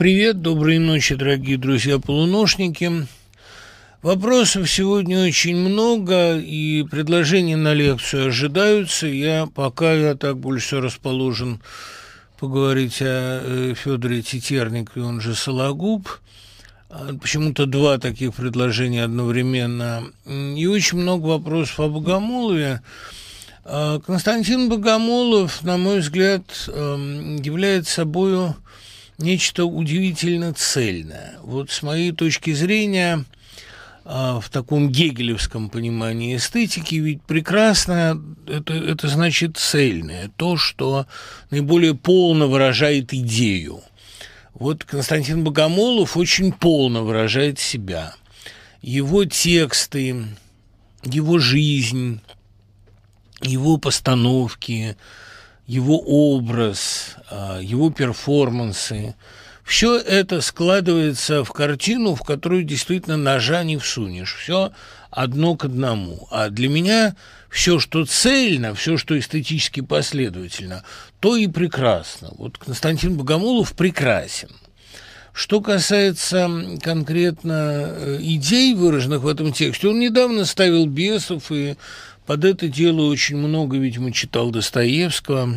Привет, доброй ночи, дорогие друзья-полуношники. Вопросов сегодня очень много, и предложения на лекцию ожидаются. Я так больше всего расположен поговорить о Федоре Тетерникове, он же Сологуб. Почему-то два таких предложения одновременно. И очень много вопросов о Богомолове. Константин Богомолов, на мой взгляд, является собою нечто удивительно цельное. Вот с моей точки зрения, в таком гегелевском понимании эстетики, ведь прекрасное это значит цельное, то, что наиболее полно выражает идею. Вот Константин Богомолов очень полно выражает себя. Его тексты, его жизнь, его постановки, его образ, его перформансы, все это складывается в картину, в которую действительно ножа не всунешь, все одно к одному. А для меня все, что цельно, все, что эстетически последовательно, то и прекрасно. Вот Константин Богомолов прекрасен. Что касается конкретно идей, выраженных в этом тексте, он недавно ставил бесов, и под это дело очень много, видимо, читал Достоевского.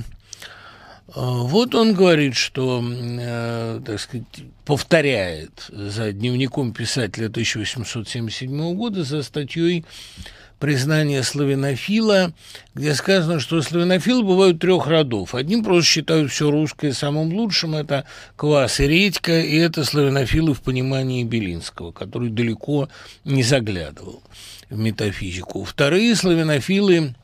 Вот он говорит, что, так сказать, повторяет за дневником писателя 1877 года, за статьей «Признание славянофила», где сказано, что славянофилы бывают трех родов. Одни просто считают все русское самым лучшим, это Квас и Редька, и это славянофилы в понимании Белинского, который далеко не заглядывал в метафизику. Вторые славянофилы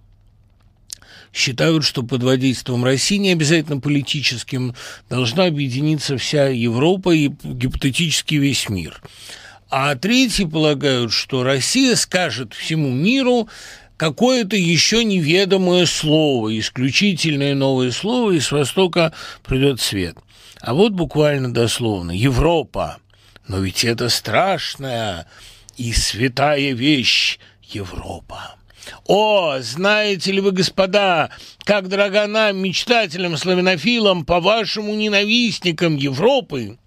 считают, что под водительством России, не обязательно политическим, должна объединиться вся Европа и гипотетически весь мир. А третьи полагают, что Россия скажет всему миру какое-то еще неведомое слово, исключительное новое слово, и с Востока придет свет. А вот буквально дословно: Европа. Но ведь это страшная и святая вещь Европа. О, знаете ли вы, господа, как дорога нам, мечтателям, славянофилам, по-вашему ненавистникам Европы?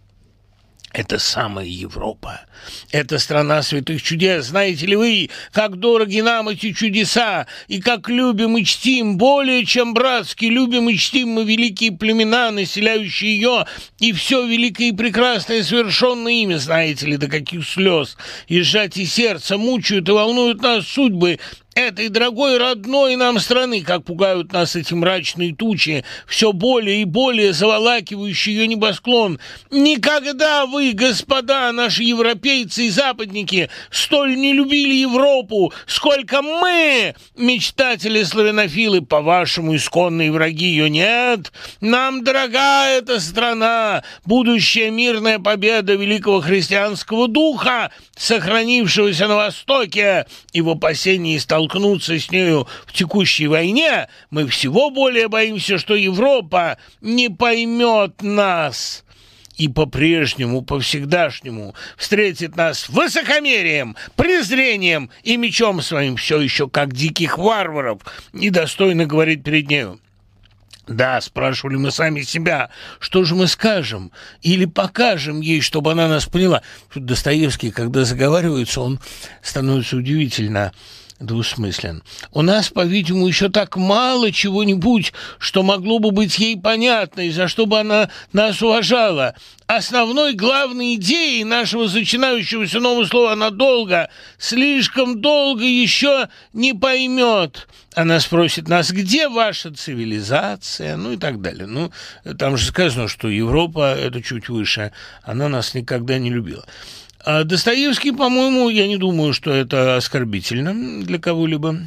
Это самая Европа. Это страна святых чудес. Знаете ли вы, как дороги нам эти чудеса, и как любим и чтим, более чем братски любим и чтим мы великие племена, населяющие ее, и все великое и прекрасное, совершенное ими. Знаете ли, до каких слез и сжатий сердца мучают и волнуют нас судьбы этой дорогой родной нам страны, как пугают нас эти мрачные тучи, все более и более заволакивающие ее небосклон. Никогда вы, господа, наши европейцы и западники, столь не любили Европу, сколько мы, мечтатели-славянофилы, по-вашему, исконные враги ее. Нет, нам дорога эта страна, будущая мирная победа великого христианского духа, сохранившегося на Востоке, и в опасении столкнуться с нею в текущей войне, мы всего более боимся, что Европа не поймет нас и по-прежнему, по-всегдашнему встретит нас высокомерием, презрением и мечом своим, все еще как диких варваров, недостойно говорить перед нею. Да, спрашивали мы сами себя, что же мы скажем или покажем ей, чтобы она нас поняла. Тут Достоевский, когда заговаривается, он становится удивительно двусмыслен. У нас, по-видимому, еще так мало чего-нибудь, что могло бы быть ей понятно, и за что бы она нас уважала. Основной, главной идеей нашего начинающегося нового слова она долго, слишком долго еще не поймет. Она спросит нас, где ваша цивилизация, ну и так далее. Ну, там же сказано, что Европа – это чуть выше, она нас никогда не любила. А Достоевский, по-моему, я не думаю, что это оскорбительно для кого-либо.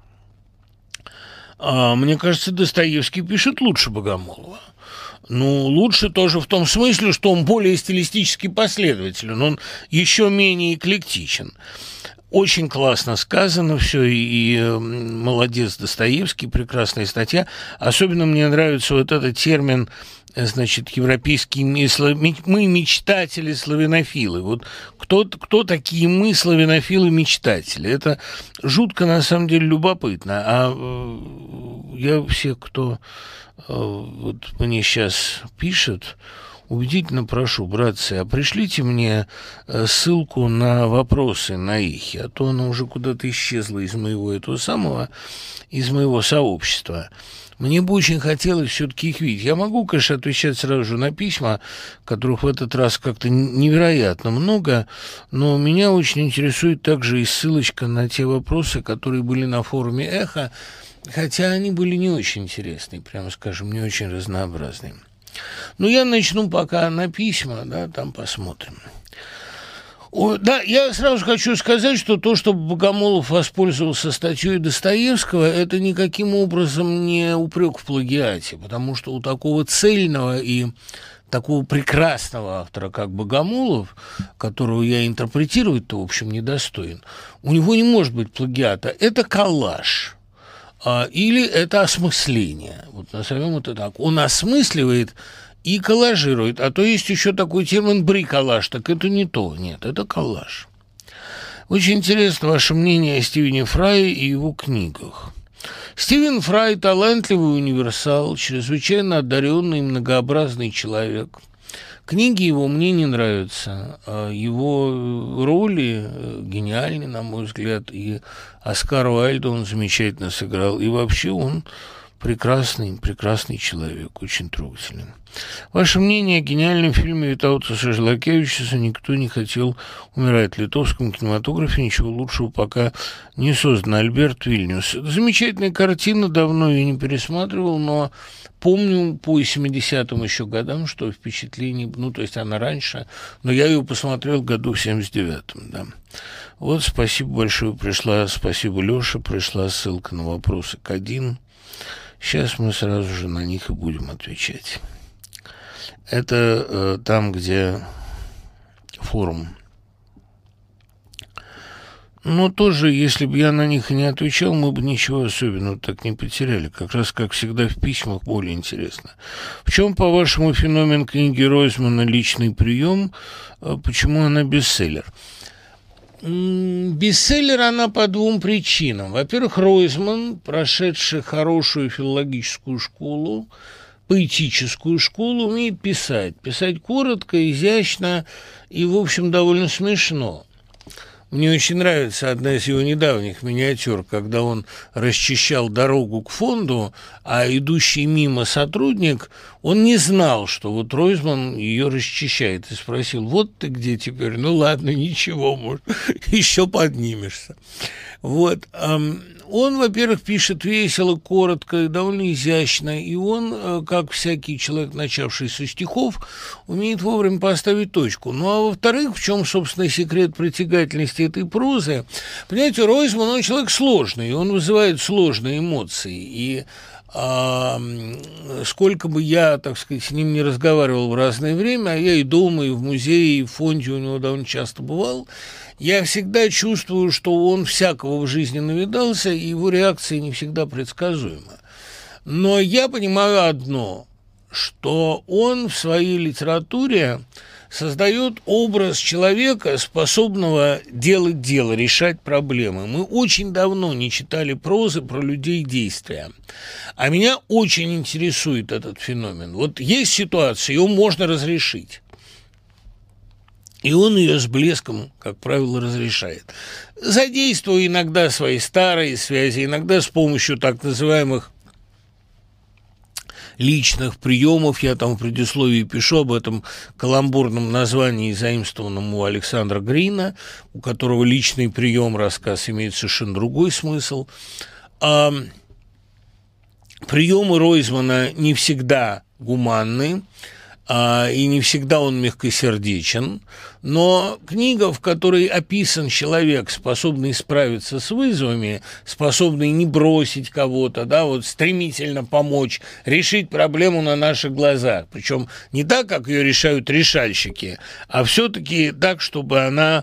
Мне кажется, Достоевский пишет лучше Богомолова. Ну, лучше тоже в том смысле, что он более стилистически последователен, он еще менее эклектичен. Очень классно сказано все, и молодец Достоевский, прекрасная статья. Особенно мне нравится вот этот термин, значит, европейские мы мечтатели, славянофилы. Вот кто такие мы, славянофилы-мечтатели? Это жутко, на самом деле, любопытно. А я всех, кто вот мне сейчас пишет, убедительно прошу, братцы, а пришлите мне ссылку на вопросы на Эхе, а то она уже куда-то исчезла из моего из моего сообщества. Мне бы очень хотелось все-таки их видеть. Я могу, конечно, отвечать сразу же на письма, которых в этот раз как-то невероятно много, но меня очень интересует также и ссылочка на те вопросы, которые были на форуме «Эхо», хотя они были не очень интересные, прямо скажем, не очень разнообразные. Но я начну пока на письма, да, там посмотрим. Да, я сразу хочу сказать, что то, что Богомолов воспользовался статьей Достоевского, это никаким образом не упрек в плагиате, потому что у такого цельного и такого прекрасного автора, как Богомолов, которого я интерпретировать-то, в общем, недостоин, у него не может быть плагиата. Это коллаж. Или это осмысление. Вот назовем это так. Он осмысливает и коллажирует. А то есть еще такой термин бриколаж. Так это не то. Нет, это коллаж. Очень интересно ваше мнение о Стивене Фрае и его книгах. Стивен Фрай – талантливый универсал, чрезвычайно одаренный и многообразный человек. Книги его мне не нравятся, его роли гениальны, на мой взгляд, и Оскар Уайльда он замечательно сыграл, и вообще он прекрасный человек, очень трогательный. Ваше мнение о гениальном фильме Витаута Сажлакевичуса «Никто не хотел умирать». В литовском кинематографе ничего лучшего пока не создано. Альберт Вильнюс. Замечательная картина, давно ее не пересматривал, но помню по 70-м еще годам, что впечатление, то есть она раньше, но я ее посмотрел году в 79-м, да. Вот, спасибо большое, спасибо, Лёша, пришла ссылка на вопросы к 1. Сейчас мы сразу же на них и будем отвечать. Это там, где форум. Но тоже, если бы я на них и не отвечал, мы бы ничего особенного так не потеряли. Как раз, как всегда, в письмах более интересно. В чем, по-вашему, феномен книги Ройзмана «Личный прием»? Почему она бестселлер? Бестселлер она по 2 причинам. Во-первых, Ройзман, прошедший хорошую филологическую школу, поэтическую школу, умеет писать. Писать коротко, изящно и, в общем, довольно смешно. Мне очень нравится одна из его недавних миниатюр, когда он расчищал дорогу к фонду, а идущий мимо сотрудник, он не знал, что вот Ройзман ее расчищает, и спросил: вот ты где теперь? Ну ладно, ничего, может, еще поднимешься. Вот. Он, во-первых, пишет весело, коротко и довольно изящно, и он, как всякий человек, начавший со стихов, умеет вовремя поставить точку. Ну, а во-вторых, в чем, собственно, секрет притягательности этой прозы? Понимаете, Ройзман, он человек сложный, он вызывает сложные эмоции, и сколько бы я, так сказать, с ним не разговаривал в разное время, а я и дома, и в музее, и в фонде у него довольно часто бывал, я всегда чувствую, что он всякого в жизни навидался, и его реакция не всегда предсказуема. Но я понимаю одно, что он в своей литературе создает образ человека, способного делать дело, решать проблемы. Мы очень давно не читали прозы про людей действия. А меня очень интересует этот феномен. Вот есть ситуация, ее можно разрешить. И он ее с блеском, как правило, разрешает. Задействуя иногда свои старые связи, иногда с помощью так называемых личных приемов. Я там в предисловии пишу об этом каламбурном названии, заимствованном у Александра Грина, у которого личный прием рассказ имеет совершенно другой смысл. Приемы Ройзмана не всегда гуманны, и не всегда он мягкосердечен, но книга, в которой описан человек, способный справиться с вызовами, способный не бросить кого-то, да, вот стремительно помочь, решить проблему на наших глазах, причем не так, как ее решают решальщики, а все-таки так, чтобы она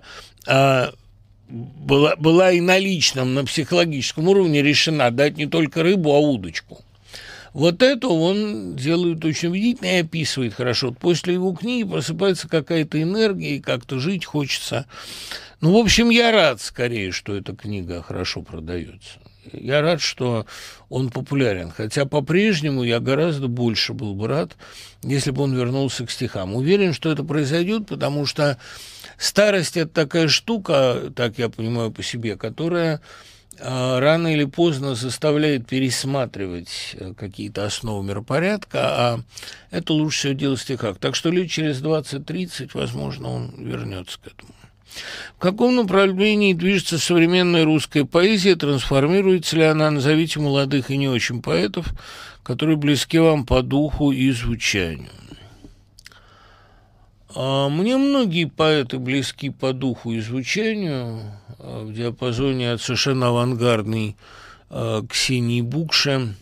была и на личном, на психологическом уровне решена, дать не только рыбу, а удочку. Вот это он делает очень убедительно и описывает хорошо. После его книги просыпается какая-то энергия, и как-то жить хочется. Ну, в общем, я рад скорее, что эта книга хорошо продается. Я рад, что он популярен, хотя по-прежнему я гораздо больше был бы рад, если бы он вернулся к стихам. Уверен, что это произойдет, потому что старость – это такая штука, так я понимаю по себе, которая рано или поздно заставляет пересматривать какие-то основы миропорядка, а это лучше всего делать в стихах. Так что лет через 20-30, возможно, он вернется к этому. В каком направлении движется современная русская поэзия, трансформируется ли она? Назовите молодых и не очень поэтов, которые близки вам по духу и звучанию. Мне многие поэты близки по духу и звучанию, в диапазоне от совершенно авангардной Ксении Букши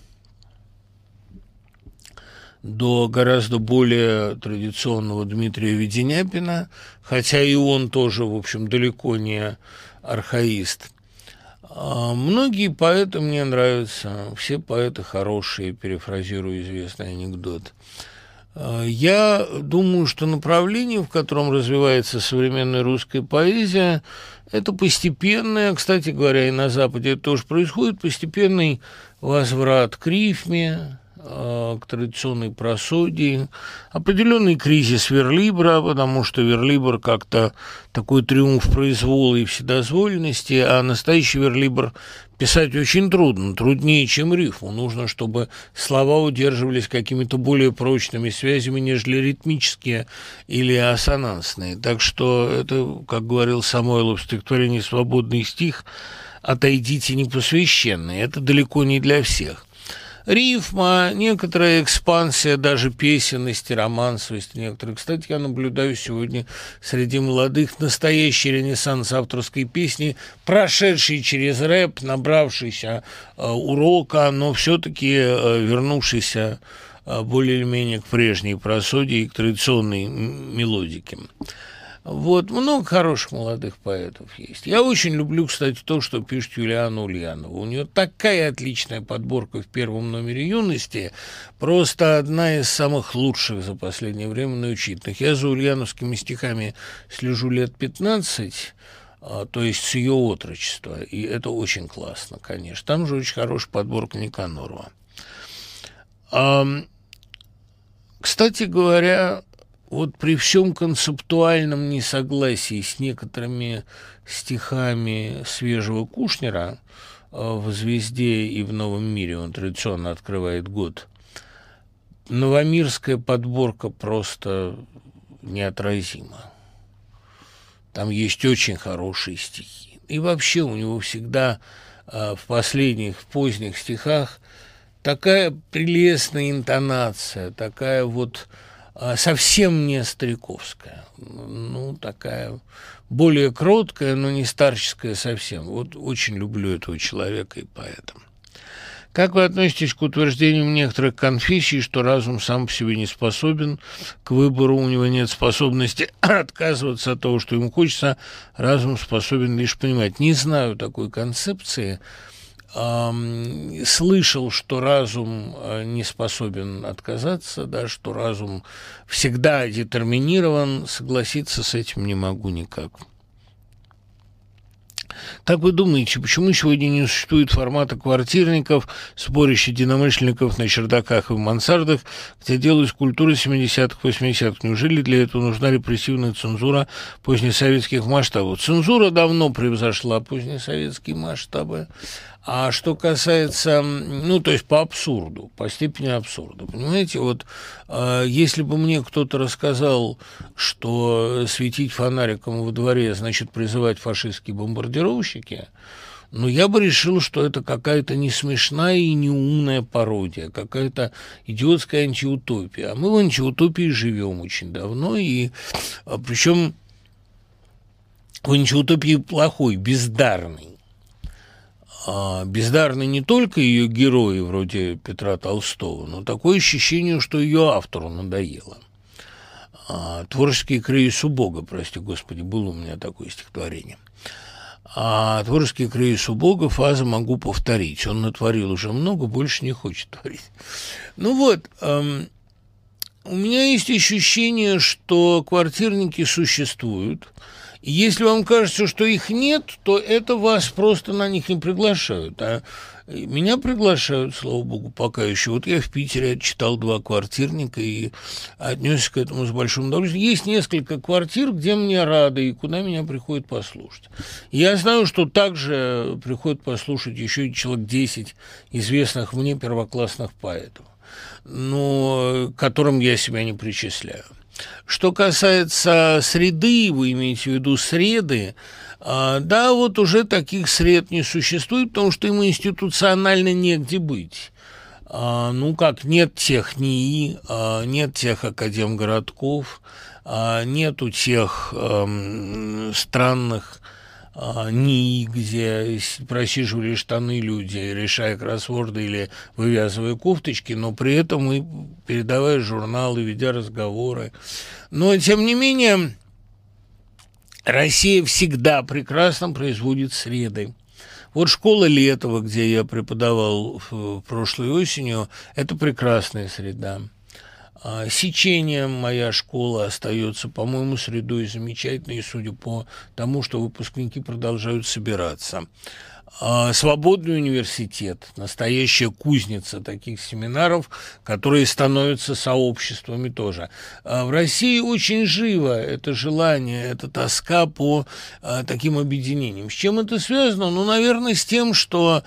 до гораздо более традиционного Дмитрия Веденяпина, хотя и он тоже, в общем, далеко не архаист. Многие поэты мне нравятся, все поэты хорошие, перефразирую известный анекдот. Я думаю, что направление, в котором развивается современная русская поэзия, это постепенное, кстати говоря, и на Западе это тоже происходит, постепенный возврат к рифме, к традиционной просодии, определенный кризис верлибра, потому что верлибр как-то такой триумф произвола и вседозволенности, а настоящий верлибр писать очень трудно, труднее, чем рифму. Нужно, чтобы слова удерживались какими-то более прочными связями, нежели ритмические или ассонансные. Так что это, как говорил Самойлов в стихотворении «Свободный стих», «отойдите непосвященные». Это далеко не для всех. Рифма, некоторая экспансия даже песенности, романсовости некоторые. Кстати, я наблюдаю сегодня среди молодых настоящий ренессанс авторской песни, прошедший через рэп, набравшийся урока, но все-таки вернувшийся более или менее к прежней просоде и к традиционной мелодике. Вот, много хороших молодых поэтов есть. Я очень люблю, кстати, то, что пишет Юлиана Ульянова. У нее такая отличная подборка в первом номере «Юности», просто одна из самых лучших за последнее время научительных. Я за ульяновскими стихами слежу лет 15, то есть с ее отрочества, и это очень классно, конечно. Там же очень хорошая подборка Никанорова. Кстати говоря, вот при всем концептуальном несогласии с некоторыми стихами свежего Кушнера в «Звезде» и в «Новом мире», он традиционно открывает год, новомирская подборка просто неотразима. Там есть очень хорошие стихи. И вообще у него всегда в последних, в поздних стихах такая прелестная интонация, такая вот совсем не стариковская, ну, такая более кроткая, но не старческая совсем. Вот очень люблю этого человека и поэта. Как вы относитесь к утверждению некоторых конфессий, что разум сам по себе не способен к выбору, у него нет способности отказываться от того, что ему хочется, разум способен лишь понимать? Не знаю такой концепции. Слышал, что разум не способен отказаться, да, что разум всегда детерминирован, согласиться с этим не могу никак. Как вы думаете, почему сегодня не существует формата квартирников, сборища единомышленников на чердаках и в мансардах, где делают скульптуры 70-х, 80-х? Неужели для этого нужна репрессивная цензура позднесоветских масштабов? Цензура давно превзошла позднесоветские масштабы. А что касается, ну, то есть по абсурду, по степени абсурда, понимаете, вот если бы мне кто-то рассказал, что светить фонариком во дворе значит призывать фашистские бомбардировщики, ну, я бы решил, что это какая-то не смешная и не умная пародия, какая-то идиотская антиутопия. А мы в антиутопии живем очень давно, и причем в антиутопии плохой, бездарный. Бездарны не только ее герои, вроде Петра Толстого, но такое ощущение, что ее автору надоело. «Творческие кризис у Бога», прости господи, было у меня такое стихотворение. «Творческие кризис у Бога» фаза могу повторить. Он натворил уже много, больше не хочет творить. Ну вот, у меня есть ощущение, что квартирники существуют, И если вам кажется, что их нет, то это вас просто на них не приглашают. А меня приглашают, слава богу, пока еще. Вот я в Питере отчитал 2 квартирника и отнесся к этому с большим удовольствием. Есть несколько квартир, где мне рады и куда меня приходят послушать. Я знаю, что также приходят послушать еще и человек 10 известных мне первоклассных поэтов, но к которым я себя не причисляю. Что касается среды, вы имеете в виду среды, да, вот уже таких сред не существует, потому что им институционально негде быть. Ну, как нет тех НИИ, нет тех академгородков, нету тех странных НИИ, где просиживали штаны люди, решая кроссворды или вывязывая кофточки, но при этом и передавая журналы, ведя разговоры. Но, тем не менее, Россия всегда прекрасно производит среды. Вот школа Летова, где я преподавал прошлой осенью, это прекрасная среда. Сечение, моя школа, остается, по-моему, средой замечательной, судя по тому, что выпускники продолжают собираться. Свободный университет, настоящая кузница таких семинаров, которые становятся сообществами тоже. В России очень живо это желание, эта тоска по таким объединениям. С чем это связано? Ну, наверное, с тем, что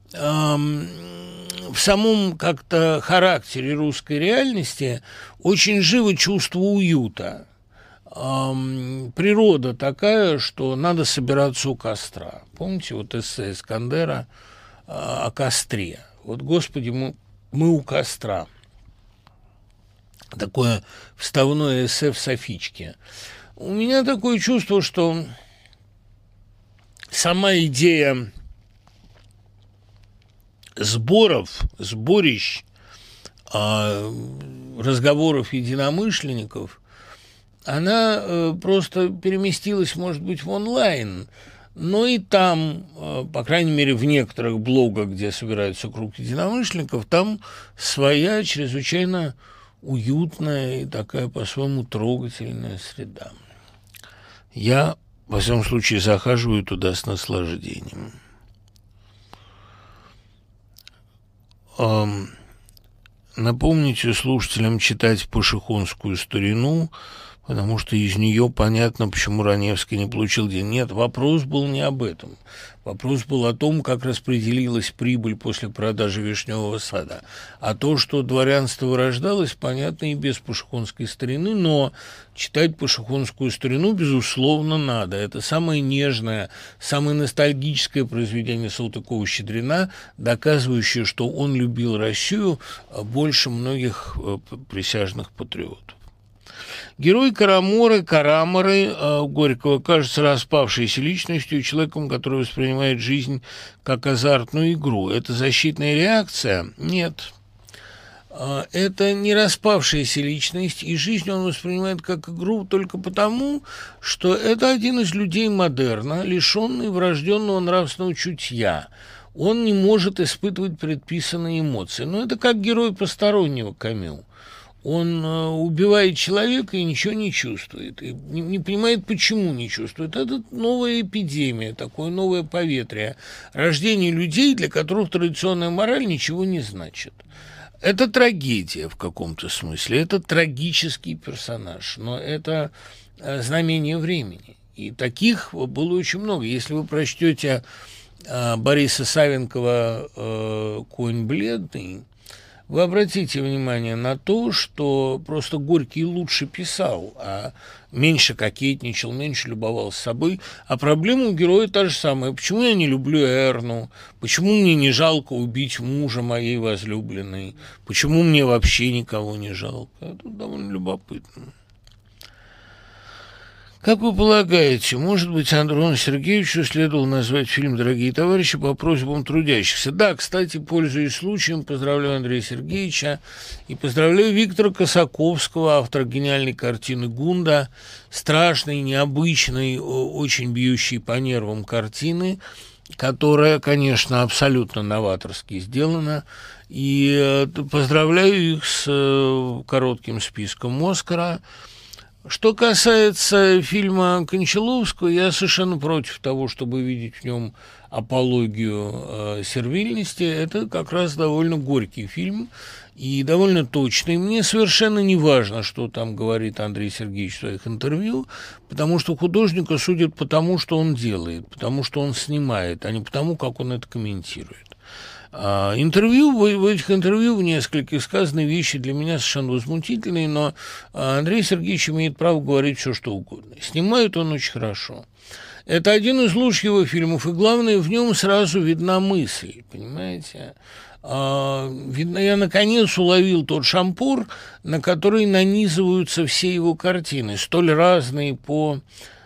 в самом как-то характере русской реальности очень живо чувство уюта. Природа такая, что надо собираться у костра. Помните вот эссе Искандера о костре? Вот, Господи, мы у костра. Такое вставное эссе в Софичке. У меня такое чувство, что сама идея сборищ, разговоров единомышленников, она просто переместилась, может быть, в онлайн, но и там, по крайней мере, в некоторых блогах, где собирается круг единомышленников, там своя чрезвычайно уютная и такая по-своему трогательная среда. Я, во всяком случае, захаживаю туда с наслаждением. Напомните слушателям читать пашихонскую старину, потому что из нее понятно, почему Раневский не получил денег. Нет, вопрос был не об этом. Вопрос был о том, как распределилась прибыль после продажи Вишневого сада. А то, что дворянство вырождалось, понятно и без пашихонской старины, но читать пашихонскую старину, безусловно, надо. Это самое нежное, самое ностальгическое произведение Салтыкова-Щедрина, доказывающее, что он любил Россию больше многих присяжных патриотов. Герой Караморы Горького кажется распавшейся личностью, человеком, который воспринимает жизнь как азартную игру. Это защитная реакция? Нет. Это не распавшаяся личность, и жизнь он воспринимает как игру только потому, что это один из людей модерна, лишенный врожденного нравственного чутья. Он не может испытывать предписанные эмоции. Но это как герой постороннего Камю. Он убивает человека и ничего не чувствует, и не понимает, почему не чувствует. Это новая эпидемия, такое новое поветрие, рождение людей, для которых традиционная мораль ничего не значит. Это трагедия в каком-то смысле, это трагический персонаж, но это знамение времени. И таких было очень много. Если вы прочтете Бориса Савенкова «Конь бледный», вы обратите внимание на то, что просто Горький лучше писал, а меньше кокетничал, меньше любовался собой. А проблема у героя та же самая. Почему я не люблю Эрну? Почему мне не жалко убить мужа моей возлюбленной? Почему мне вообще никого не жалко? Это довольно любопытно. Как вы полагаете, может быть, Андрону Сергеевичу следовало назвать фильм «Дорогие товарищи» по просьбам трудящихся? Да, кстати, пользуясь случаем, поздравляю Андрея Сергеевича и поздравляю Виктора Косаковского, автора гениальной картины «Гунда», страшной, необычной, очень бьющей по нервам картины, которая, конечно, абсолютно новаторски сделана. И поздравляю их с коротким списком «Оскара». Что касается фильма Кончаловского, я совершенно против того, чтобы видеть в нем апологию сервильности. Это как раз довольно горький фильм и довольно точный. Мне совершенно не важно, что там говорит Андрей Сергеевич в своих интервью, потому что художника судят по тому, что он делает, потому что он снимает, а не потому, как он это комментирует. В этих интервью в нескольких сказаны вещи для меня совершенно возмутительные, но Андрей Сергеевич имеет право говорить все, что угодно. Снимает он очень хорошо. Это один из лучших его фильмов, и главное, в нем сразу видна мысль, понимаете? Видно, я наконец уловил тот шампур, на который нанизываются все его картины, столь разные по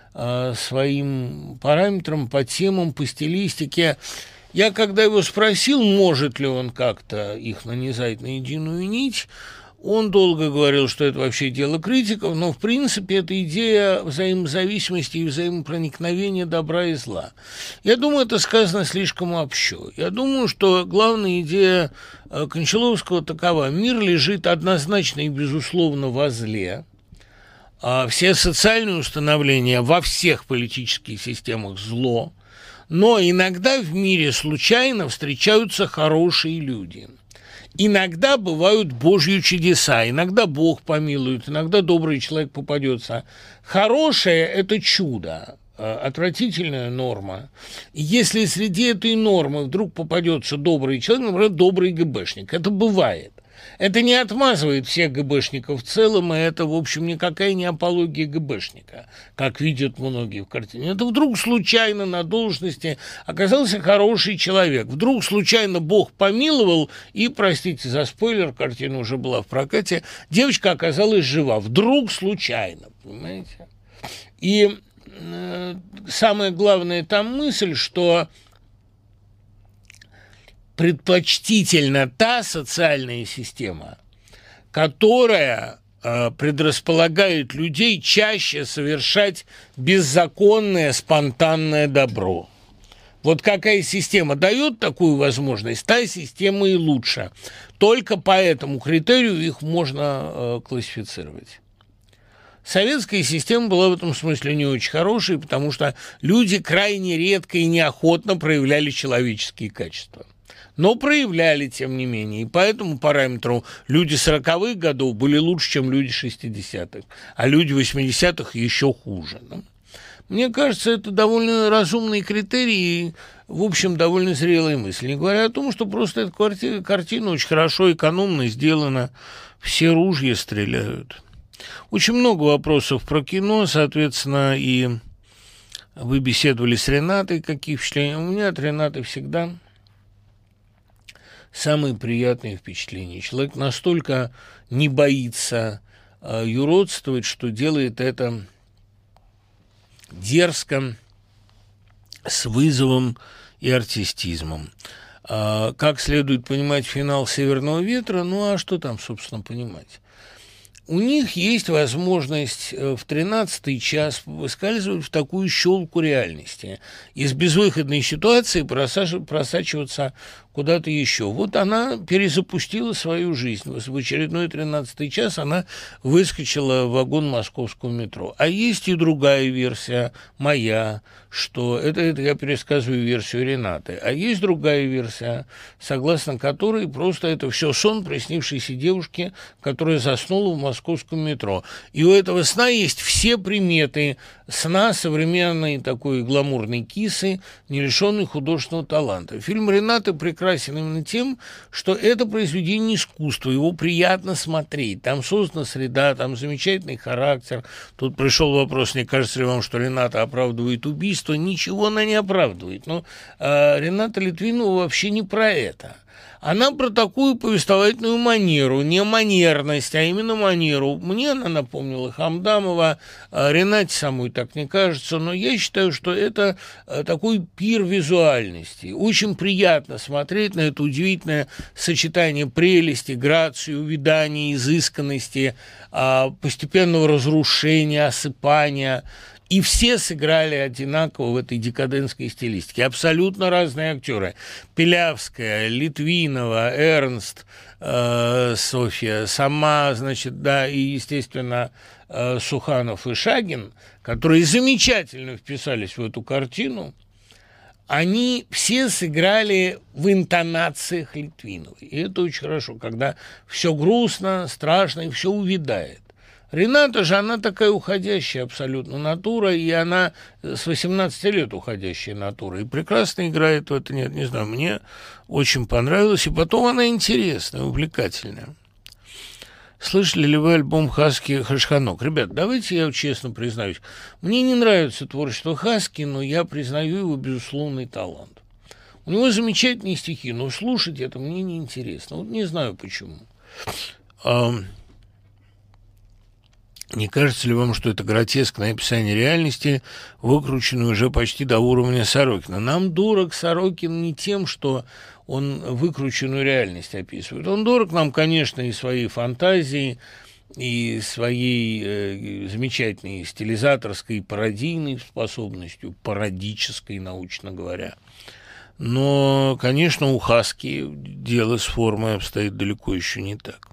своим параметрам, по темам, по стилистике. Я, когда его спросил, может ли он как-то их нанизать на единую нить, он долго говорил, что это вообще дело критиков, но, в принципе, это идея взаимозависимости и взаимопроникновения добра и зла. Я думаю, это сказано слишком общо. Я думаю, что главная идея Кончаловского такова. Мир лежит однозначно и безусловно во зле. Все социальные установления во всех политических системах – зло. Но иногда в мире случайно встречаются хорошие люди. Иногда бывают Божьи чудеса, иногда Бог помилует, иногда добрый человек попадется. Хорошее – это чудо, отвратительная норма. И если среди этой нормы вдруг попадется добрый человек, например, добрый ГБшник, это бывает. Это не отмазывает всех ГБшников в целом, и это, в общем, никакая не апология ГБшника, как видят многие в картине. Это вдруг случайно на должности оказался хороший человек. Вдруг случайно Бог помиловал, и, простите за спойлер, картина уже была в прокате, девочка оказалась жива. Вдруг случайно, понимаете? И самая главная там мысль, что предпочтительна та социальная система, которая предрасполагает людей чаще совершать беззаконное, спонтанное добро. Вот какая система дает такую возможность, та система и лучше. Только по этому критерию их можно классифицировать. Советская система была в этом смысле не очень хорошей, потому что люди крайне редко и неохотно проявляли человеческие качества. Но проявляли, тем не менее. И по этому параметру люди 40-х годов были лучше, чем люди 60-х. А люди 80-х еще хуже. Да? Мне кажется, это довольно разумный критерий и, в общем, довольно зрелая мысль. Не говоря о том, что просто эта картина очень хорошо, экономно сделана. Все ружья стреляют. Очень много вопросов про кино, соответственно, и вы беседовали с Ренатой, какие впечатления. У меня от Ренаты всегда самые приятные впечатления. Человек настолько не боится юродствовать, что делает это дерзко, с вызовом и артистизмом. Как следует понимать финал «Северного ветра», ну а что там, собственно, понимать? У них есть возможность в 13-й час выскальзывать в такую щелку реальности, из безвыходной ситуации просачиваться куда-то еще. Вот она перезапустила свою жизнь. В очередной 13-й час она выскочила в вагон московского метро. А есть и другая версия, моя, что это я пересказываю версию Ренаты. А есть другая версия, согласно которой просто это все сон приснившейся девушки, которая заснула в московском метро. И у этого сна есть все приметы сна современной такой гламурной кисы, не лишенной художественного таланта. Фильм Ренаты прекрасен именно тем, что это произведение искусства, его приятно смотреть. Там создана среда, там замечательный характер. Тут пришел вопрос, не кажется ли вам, что Рената оправдывает убийство? Ничего она не оправдывает. Но Рената Литвинова вообще не про это. Она про такую повествовательную манеру, не манерность, а именно манеру. Мне она напомнила Хамдамова, Ренате самой так не кажется, но я считаю, что это такой пир визуальности. Очень приятно смотреть на это удивительное сочетание прелести, грации, увядания, изысканности, постепенного разрушения, осыпания. И все сыграли одинаково в этой декадентской стилистике. Абсолютно разные актеры. Пилявская, Литвинова, Эрнст, Софья, сама, значит, да, и, естественно, Суханов и Шагин, которые замечательно вписались в эту картину, они все сыграли в интонациях Литвиновой. И это очень хорошо, когда все грустно, страшно и все увядает. Рената же, она такая уходящая абсолютно натура, и она с 18 лет уходящая натура, и прекрасно играет в это. Нет, не знаю, мне очень понравилось, и потом она интересная, увлекательная. Слышали ли вы альбом Хаски «Хашханок»? Ребят, давайте я честно признаюсь, мне не нравится творчество Хаски, но я признаю его безусловный талант. У него замечательные стихи, но слушать это мне неинтересно. Вот не знаю почему. Не кажется ли вам, что это гротескное описание реальности, выкрученное уже почти до уровня Сорокина? Нам дорог Сорокин не тем, что он выкрученную реальность описывает. Он дорог нам, конечно, и своей фантазией, и своей замечательной стилизаторской, пародийной способностью, пародической, научно говоря. Но, конечно, у Хаски дело с формой обстоит далеко еще не так.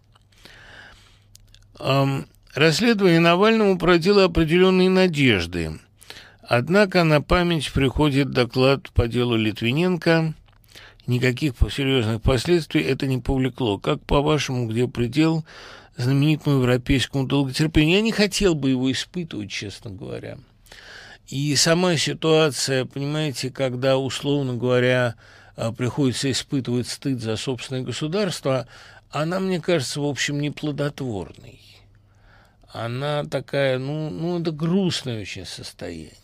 Расследование Навального породило определенные надежды. Однако на память приходит доклад по делу Литвиненко. Никаких серьезных последствий это не повлекло. Как, по-вашему, где предел знаменитому европейскому долготерпению? Я не хотел бы его испытывать, честно говоря. И сама ситуация, понимаете, когда, условно говоря, приходится испытывать стыд за собственное государство, она, мне кажется, в общем, неплодотворной. Она такая, это грустное очень состояние.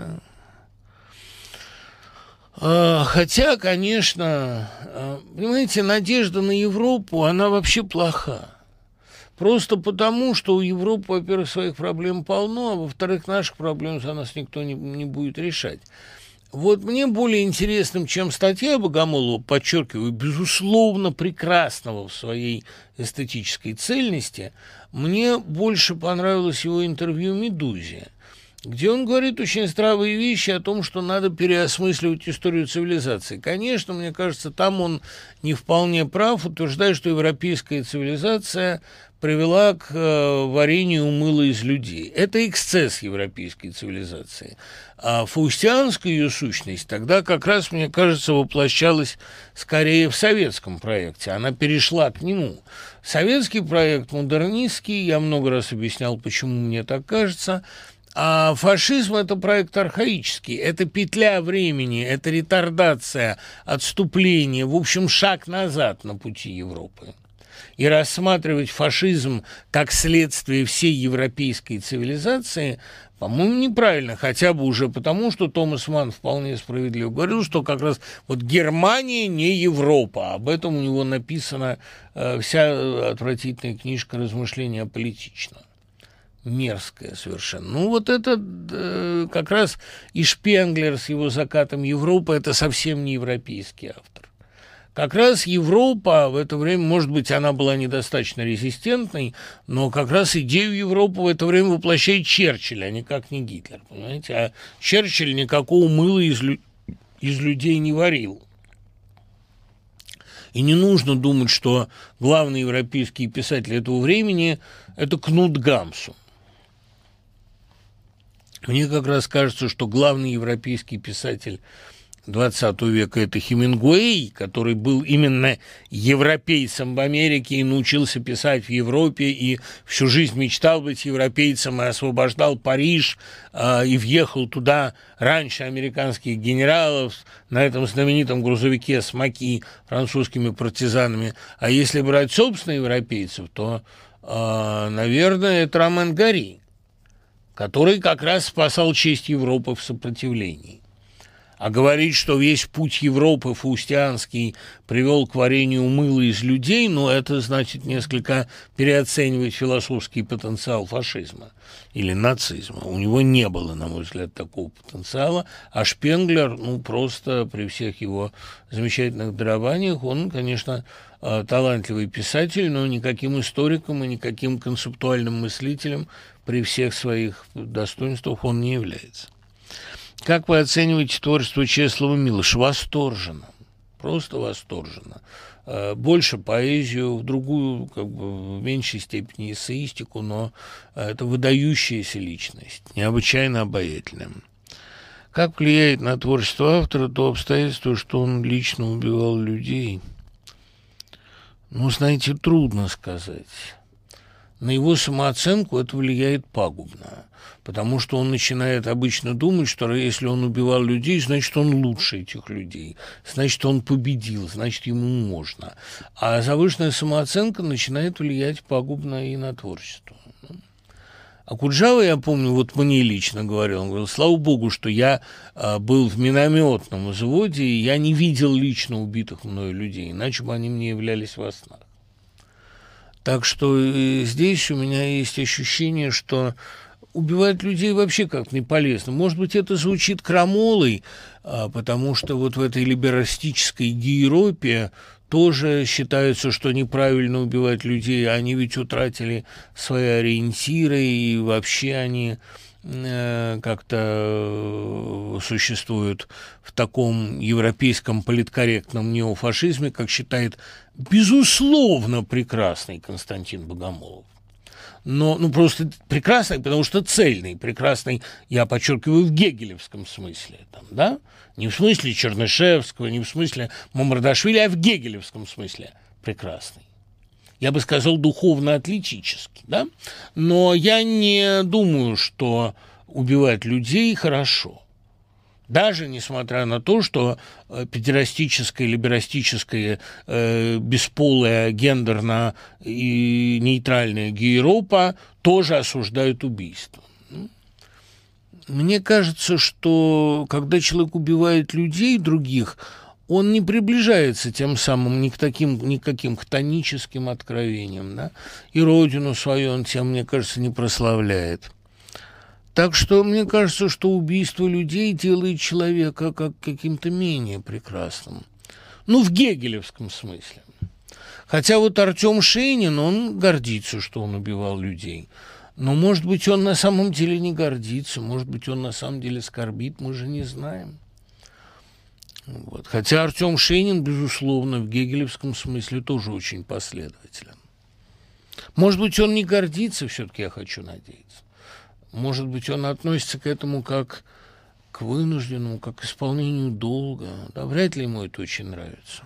Да? Хотя, конечно, понимаете, надежда на Европу, она вообще плоха. Просто потому, что у Европы, во-первых, своих проблем полно, а во-вторых, наших проблем за нас никто не будет решать. Вот мне более интересным, чем статья Богомолова, подчеркиваю, безусловно, прекрасного в своей эстетической цельности, мне больше понравилось его интервью «Медузе», где он говорит очень здравые вещи о том, что надо переосмысливать историю цивилизации. Конечно, мне кажется, там он не вполне прав, утверждая, что европейская цивилизация привела к варению мыла из людей. Это эксцесс европейской цивилизации. А фаустианская ее сущность тогда как раз, мне кажется, воплощалась скорее в советском проекте. Она перешла к нему. Советский проект модернистский, я много раз объяснял, почему мне так кажется. А фашизм – это проект архаический, это петля времени, это ретардация, отступление, в общем, шаг назад на пути Европы. И рассматривать фашизм как следствие всей европейской цивилизации, по-моему, неправильно, хотя бы уже потому, что Томас Манн вполне справедливо говорил, что как раз вот Германия не Европа. Об этом у него написана вся отвратительная книжка «Размышления аполитично». Мерзкая совершенно. Ну, вот это как раз и Шпенглер с его «Закатом Европы» – это совсем не европейский автор. Как раз Европа в это время, может быть, она была недостаточно резистентной, но как раз идею Европы в это время воплощает Черчилль, а никак не Гитлер, понимаете? А Черчилль никакого мыла из людей не варил. И не нужно думать, что главный европейский писатель этого времени – это Кнут Гамсун. Мне как раз кажется, что главный европейский писатель XX века – это Хемингуэй, который был именно европейцем в Америке и научился писать в Европе, и всю жизнь мечтал быть европейцем, и освобождал Париж, и въехал туда раньше американских генералов на этом знаменитом грузовике с маки французскими партизанами. А если брать собственно европейцев, то, наверное, это Ромен Гори, который как раз спасал честь Европы в сопротивлении. А говорить, что весь путь Европы фаустианский привел к варению мыла из людей, это значит несколько переоценивать философский потенциал фашизма или нацизма. У него не было, на мой взгляд, такого потенциала, а Шпенглер, просто при всех его замечательных дарованиях, он, конечно, талантливый писатель, но никаким историком и никаким концептуальным мыслителем при всех своих достоинствах он не является. Как вы оцениваете творчество Чеслова Милоша? Восторженно. просто восторженно. Больше поэзию, в другую, как бы в меньшей степени эссеистику, но это выдающаяся личность, необычайно обаятельная. Как влияет на творчество автора то обстоятельство, что он лично убивал людей? Ну, знаете, трудно сказать. На его самооценку это влияет пагубно, потому что он начинает обычно думать, что если он убивал людей, значит, он лучше этих людей, значит, он победил, значит, ему можно. А завышенная самооценка начинает влиять пагубно и на творчество. А Куджава, я помню, вот мне лично говорил, он говорил, слава богу, что я был в минометном взводе, и я не видел лично убитых мною людей, иначе бы они мне являлись во снах. Так что здесь у меня есть ощущение, что убивать людей вообще как-то не полезно. Может быть, это звучит крамолой, потому что вот в этой либерастической Европе тоже считается, что неправильно убивать людей. Они ведь утратили свои ориентиры, и вообще они как-то существуют в таком европейском политкорректном неофашизме, как считает безусловно прекрасный Константин Богомолов. Но, просто прекрасный, потому что цельный. Прекрасный, я подчеркиваю, в гегелевском смысле. Там, да? Не в смысле Чернышевского, не в смысле Мамардашвили, а в гегелевском смысле прекрасный. Я бы сказал, духовно-атлетический. Да? Но я не думаю, что убивать людей хорошо. Даже несмотря на то, что педерастическая, либерастическая, бесполая, гендерно и нейтральная Европа тоже осуждают убийство. Мне кажется, что когда человек убивает людей других, он не приближается тем самым ни к каким хтоническим откровениям, да? И родину свою он тем, мне кажется, не прославляет. Так что мне кажется, что убийство людей делает человека как каким-то менее прекрасным. Ну, в гегелевском смысле. Хотя вот Артем Шейнин, он гордится, что он убивал людей. Но, может быть, он на самом деле не гордится, может быть, он на самом деле скорбит, мы же не знаем. Вот. Хотя Артем Шейнин, безусловно, в гегелевском смысле тоже очень последователен. Может быть, он не гордится, все-таки я хочу надеяться. Может быть, он относится к этому как к вынужденному, как к исполнению долга. Да, вряд ли ему это очень нравится.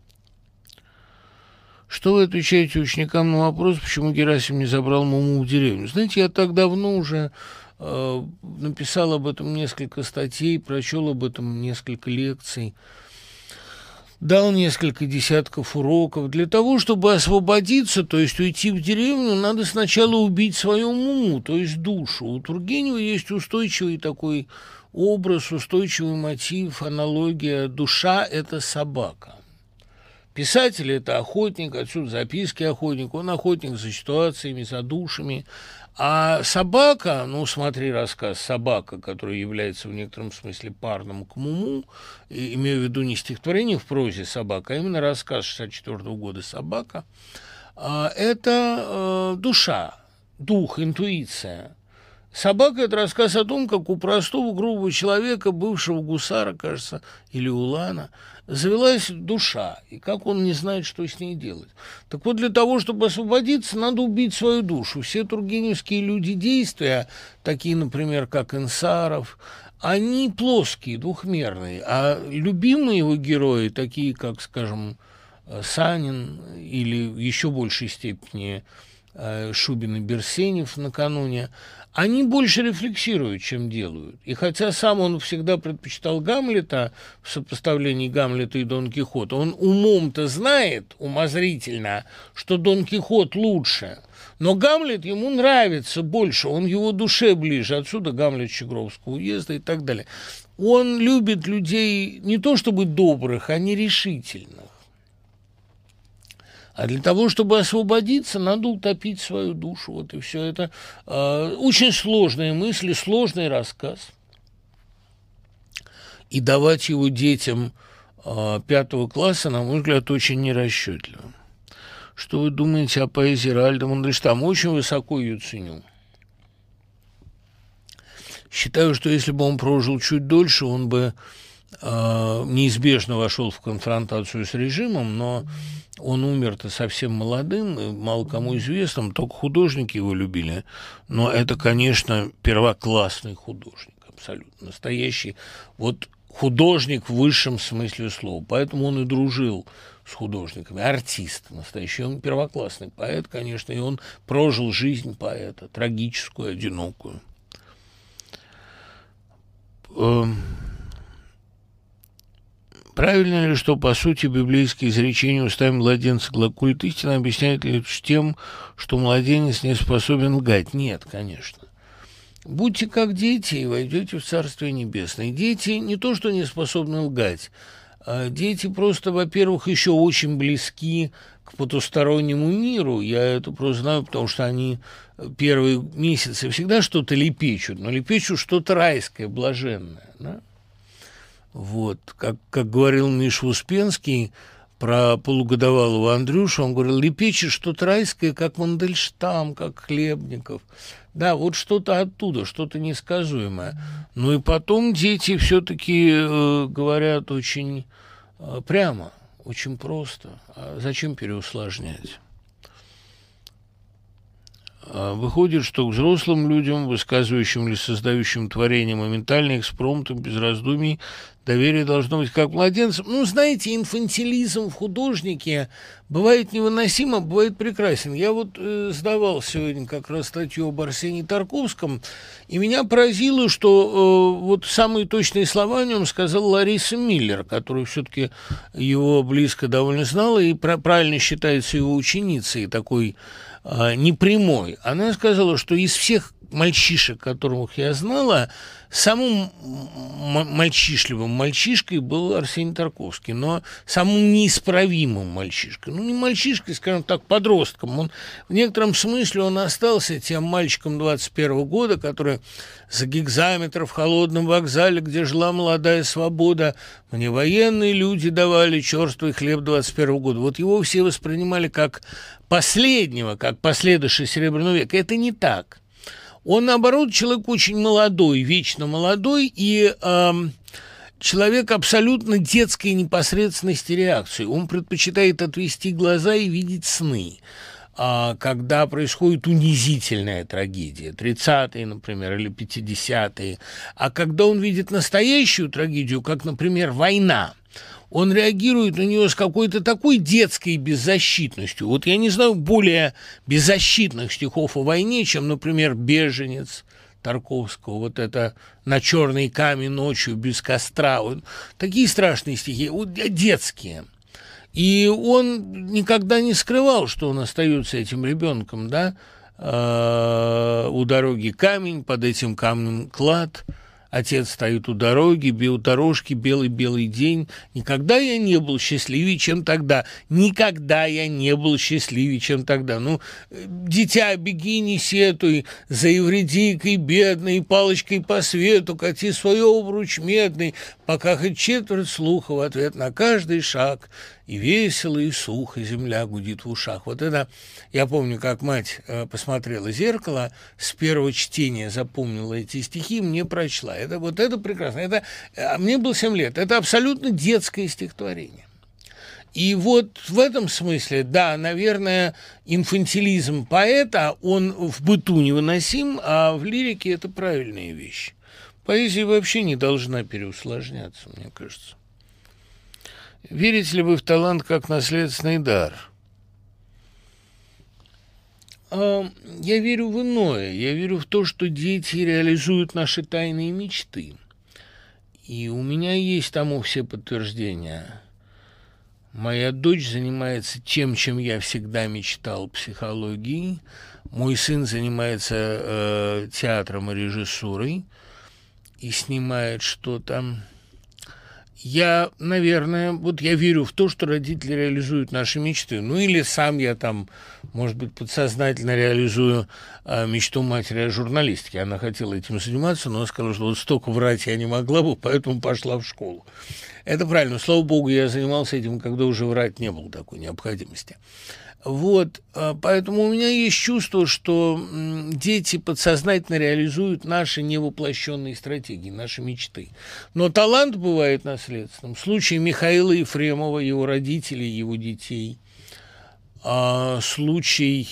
Что вы отвечаете ученикам на вопрос, почему Герасим не забрал Муму в деревню? Знаете, я так давно уже написал об этом несколько статей, прочел об этом несколько лекций, дал несколько десятков уроков. Для того, чтобы освободиться, то есть уйти в деревню, надо сначала убить свою Муму, то есть душу. У Тургенева есть устойчивый такой образ, устойчивый мотив, аналогия. Душа – это собака. Писатель – это охотник, отсюда записки охотника. Он охотник за ситуациями, за душами. А собака, ну, смотри рассказ «Собака», который является в некотором смысле парным к Муму, имею в виду не стихотворение в прозе «Собака», а именно рассказ 1964 года «Собака», это душа, дух, интуиция. «Собака» – это рассказ о том, как у простого грубого человека, бывшего гусара, кажется, или улана, завелась душа, и как он не знает, что с ней делать. Так вот, для того, чтобы освободиться, надо убить свою душу. Все тургеневские люди-действия, такие, например, как Инсаров, они плоские, двухмерные, а любимые его герои, такие как, скажем, Санин или в еще большей степени Шубин и Берсенев накануне, они больше рефлексируют, чем делают. И хотя сам он всегда предпочитал Гамлета в сопоставлении Гамлета и Дон Кихота, он умом-то знает, умозрительно, что Дон Кихот лучше, но Гамлет ему нравится больше, он его душе ближе, отсюда Гамлет Щегровского уезда и так далее. Он любит людей не то чтобы добрых, а нерешительных. А для того, чтобы освободиться, надо утопить свою душу. Вот и все это. Очень сложные мысли, сложный рассказ. И давать его детям 5 класса, на мой взгляд, очень нерасчетливо. Что вы думаете о поэзии Роальда Мандельштама? Очень высоко ее ценю. Считаю, что если бы он прожил чуть дольше, он бы неизбежно вошел в конфронтацию с режимом, но он умер-то совсем молодым, и мало кому известным, только художники его любили. Но это, конечно, первоклассный художник, абсолютно настоящий. Вот художник в высшем смысле слова. Поэтому он и дружил с художниками. Артист настоящий. Он первоклассный поэт, конечно, и он прожил жизнь поэта, трагическую, одинокую. Правильно ли, что, по сути, библейские изречения устами младенца глаголит истина, объясняет ли тем, что младенец не способен лгать? Нет, конечно. Будьте как дети и войдете в Царствие Небесное. Дети не то, что не способны лгать, а дети просто, во-первых, еще очень близки к потустороннему миру. Я это просто знаю, потому что они первые месяцы всегда что-то лепечут, но лепечут что-то райское, блаженное, да? Вот, как говорил Миша Успенский про полугодовалого Андрюшу, он говорил, лепечет что-то райское, как Мандельштам, как Хлебников. Да, вот что-то оттуда, что-то несказуемое. Ну и потом дети все-таки говорят очень прямо, очень просто. А зачем переусложнять? Выходит, что к взрослым людям, высказывающим или создающим творение моментально, экспромтом, без раздумий, доверие должно быть как младенцам. Ну, знаете, инфантилизм в художнике бывает невыносимо, бывает прекрасен. Я вот сдавал сегодня как раз статью об Арсении Тарковском, и меня поразило, что вот самые точные слова о нем сказала Лариса Миллер, которая все-таки его близко довольно знала и правильно считается его ученицей, такой непрямой. Она сказала, что из всех мальчишек, которых я знала, самым мальчишливым мальчишкой был Арсений Тарковский, но самым неисправимым мальчишкой. Ну, не мальчишкой, скажем так, подростком. Он, в некотором смысле он остался тем мальчиком 21 года, который за гигзаметр в холодном вокзале, где жила молодая свобода, мне военные люди давали черствый хлеб 21 года. Вот его все воспринимали как последнего, как последующий Серебряного века. Это не так. Он, наоборот, человек очень молодой, вечно молодой, и человек абсолютно детской непосредственности реакции. Он предпочитает отвести глаза и видеть сны. Когда происходит унизительная трагедия, 30-е, например, или 50-е, а когда он видит настоящую трагедию, как, например, война, он реагирует на нее с какой-то такой детской беззащитностью. Вот я не знаю более беззащитных стихов о войне, чем, например, «Беженец» Тарковского, вот это «На черный камень ночью без костра». Вот такие страшные стихи, вот детские. И он никогда не скрывал, что он остается этим ребенком, да? У дороги камень, под этим камнем клад. Отец стоит у дороги, у дорожки, белый-белый день. Никогда я не был счастливее, чем тогда. Никогда я не был счастливее, чем тогда. Ну, дитя, беги, не сетуй, за евредикой бедной, палочкой по свету, кати свой обруч медный, пока хоть четверть слуха в ответ на каждый шаг. И весело, и сухо земля гудит в ушах. Вот это, я помню, как мать посмотрела «Зеркало», с первого чтения запомнила эти стихи, мне прочла. Это прекрасно. Мне было 7 лет. Это абсолютно детское стихотворение. И вот в этом смысле, да, наверное, инфантилизм поэта, он в быту невыносим, а в лирике это правильная вещь. Поэзия вообще не должна переусложняться, мне кажется. Верите ли вы в талант как наследственный дар? Я верю в иное. Я верю в то, что дети реализуют наши тайные мечты. И у меня есть тому все подтверждения. Моя дочь занимается тем, чем я всегда мечтал, психологией. Мой сын занимается театром и режиссурой и снимает что-то. Я, наверное, я верю в то, что родители реализуют наши мечты. Ну, или сам я там, может быть, подсознательно реализую мечту матери о журналистике. Она хотела этим заниматься, но она сказала, что вот столько врать я не могла бы, поэтому пошла в школу. Это правильно. Слава богу, я занимался этим, когда уже врать не было такой необходимости. Вот, поэтому у меня есть чувство, что дети подсознательно реализуют наши невоплощенные стратегии, наши мечты. Но талант бывает наследственным. В случае Михаила Ефремова, его родителей, его детей, случай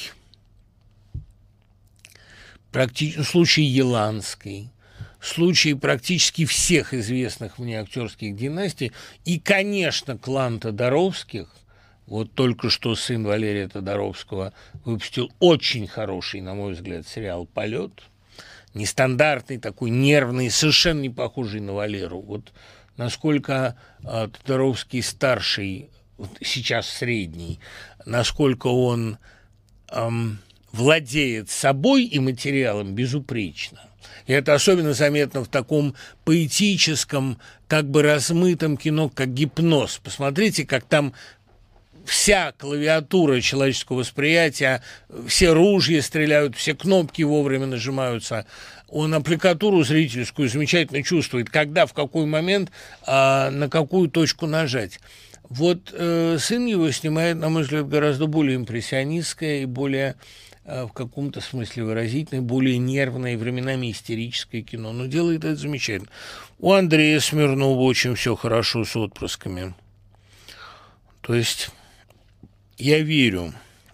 Еланской, случай практически всех известных мне актерских династий и, конечно, клан Тодоровских. Вот только что сын Валерия Тодоровского выпустил очень хороший, на мой взгляд, сериал «Полет». Нестандартный, такой нервный, совершенно не похожий на Валеру. Вот насколько Тодоровский старший, вот сейчас средний, насколько он владеет собой и материалом безупречно. И это особенно заметно в таком поэтическом, как бы размытом кино, как «Гипноз». Посмотрите, как там вся клавиатура человеческого восприятия, все ружья стреляют, все кнопки вовремя нажимаются. Он аппликатуру зрительскую замечательно чувствует, когда, в какой момент, на какую точку нажать. Вот сын его снимает, на мой взгляд, гораздо более импрессионистское и более в каком-то смысле выразительное, более нервное и временами истерическое кино. Но делает это замечательно. У Андрея Смирнова очень все хорошо с отпрысками. То есть я верю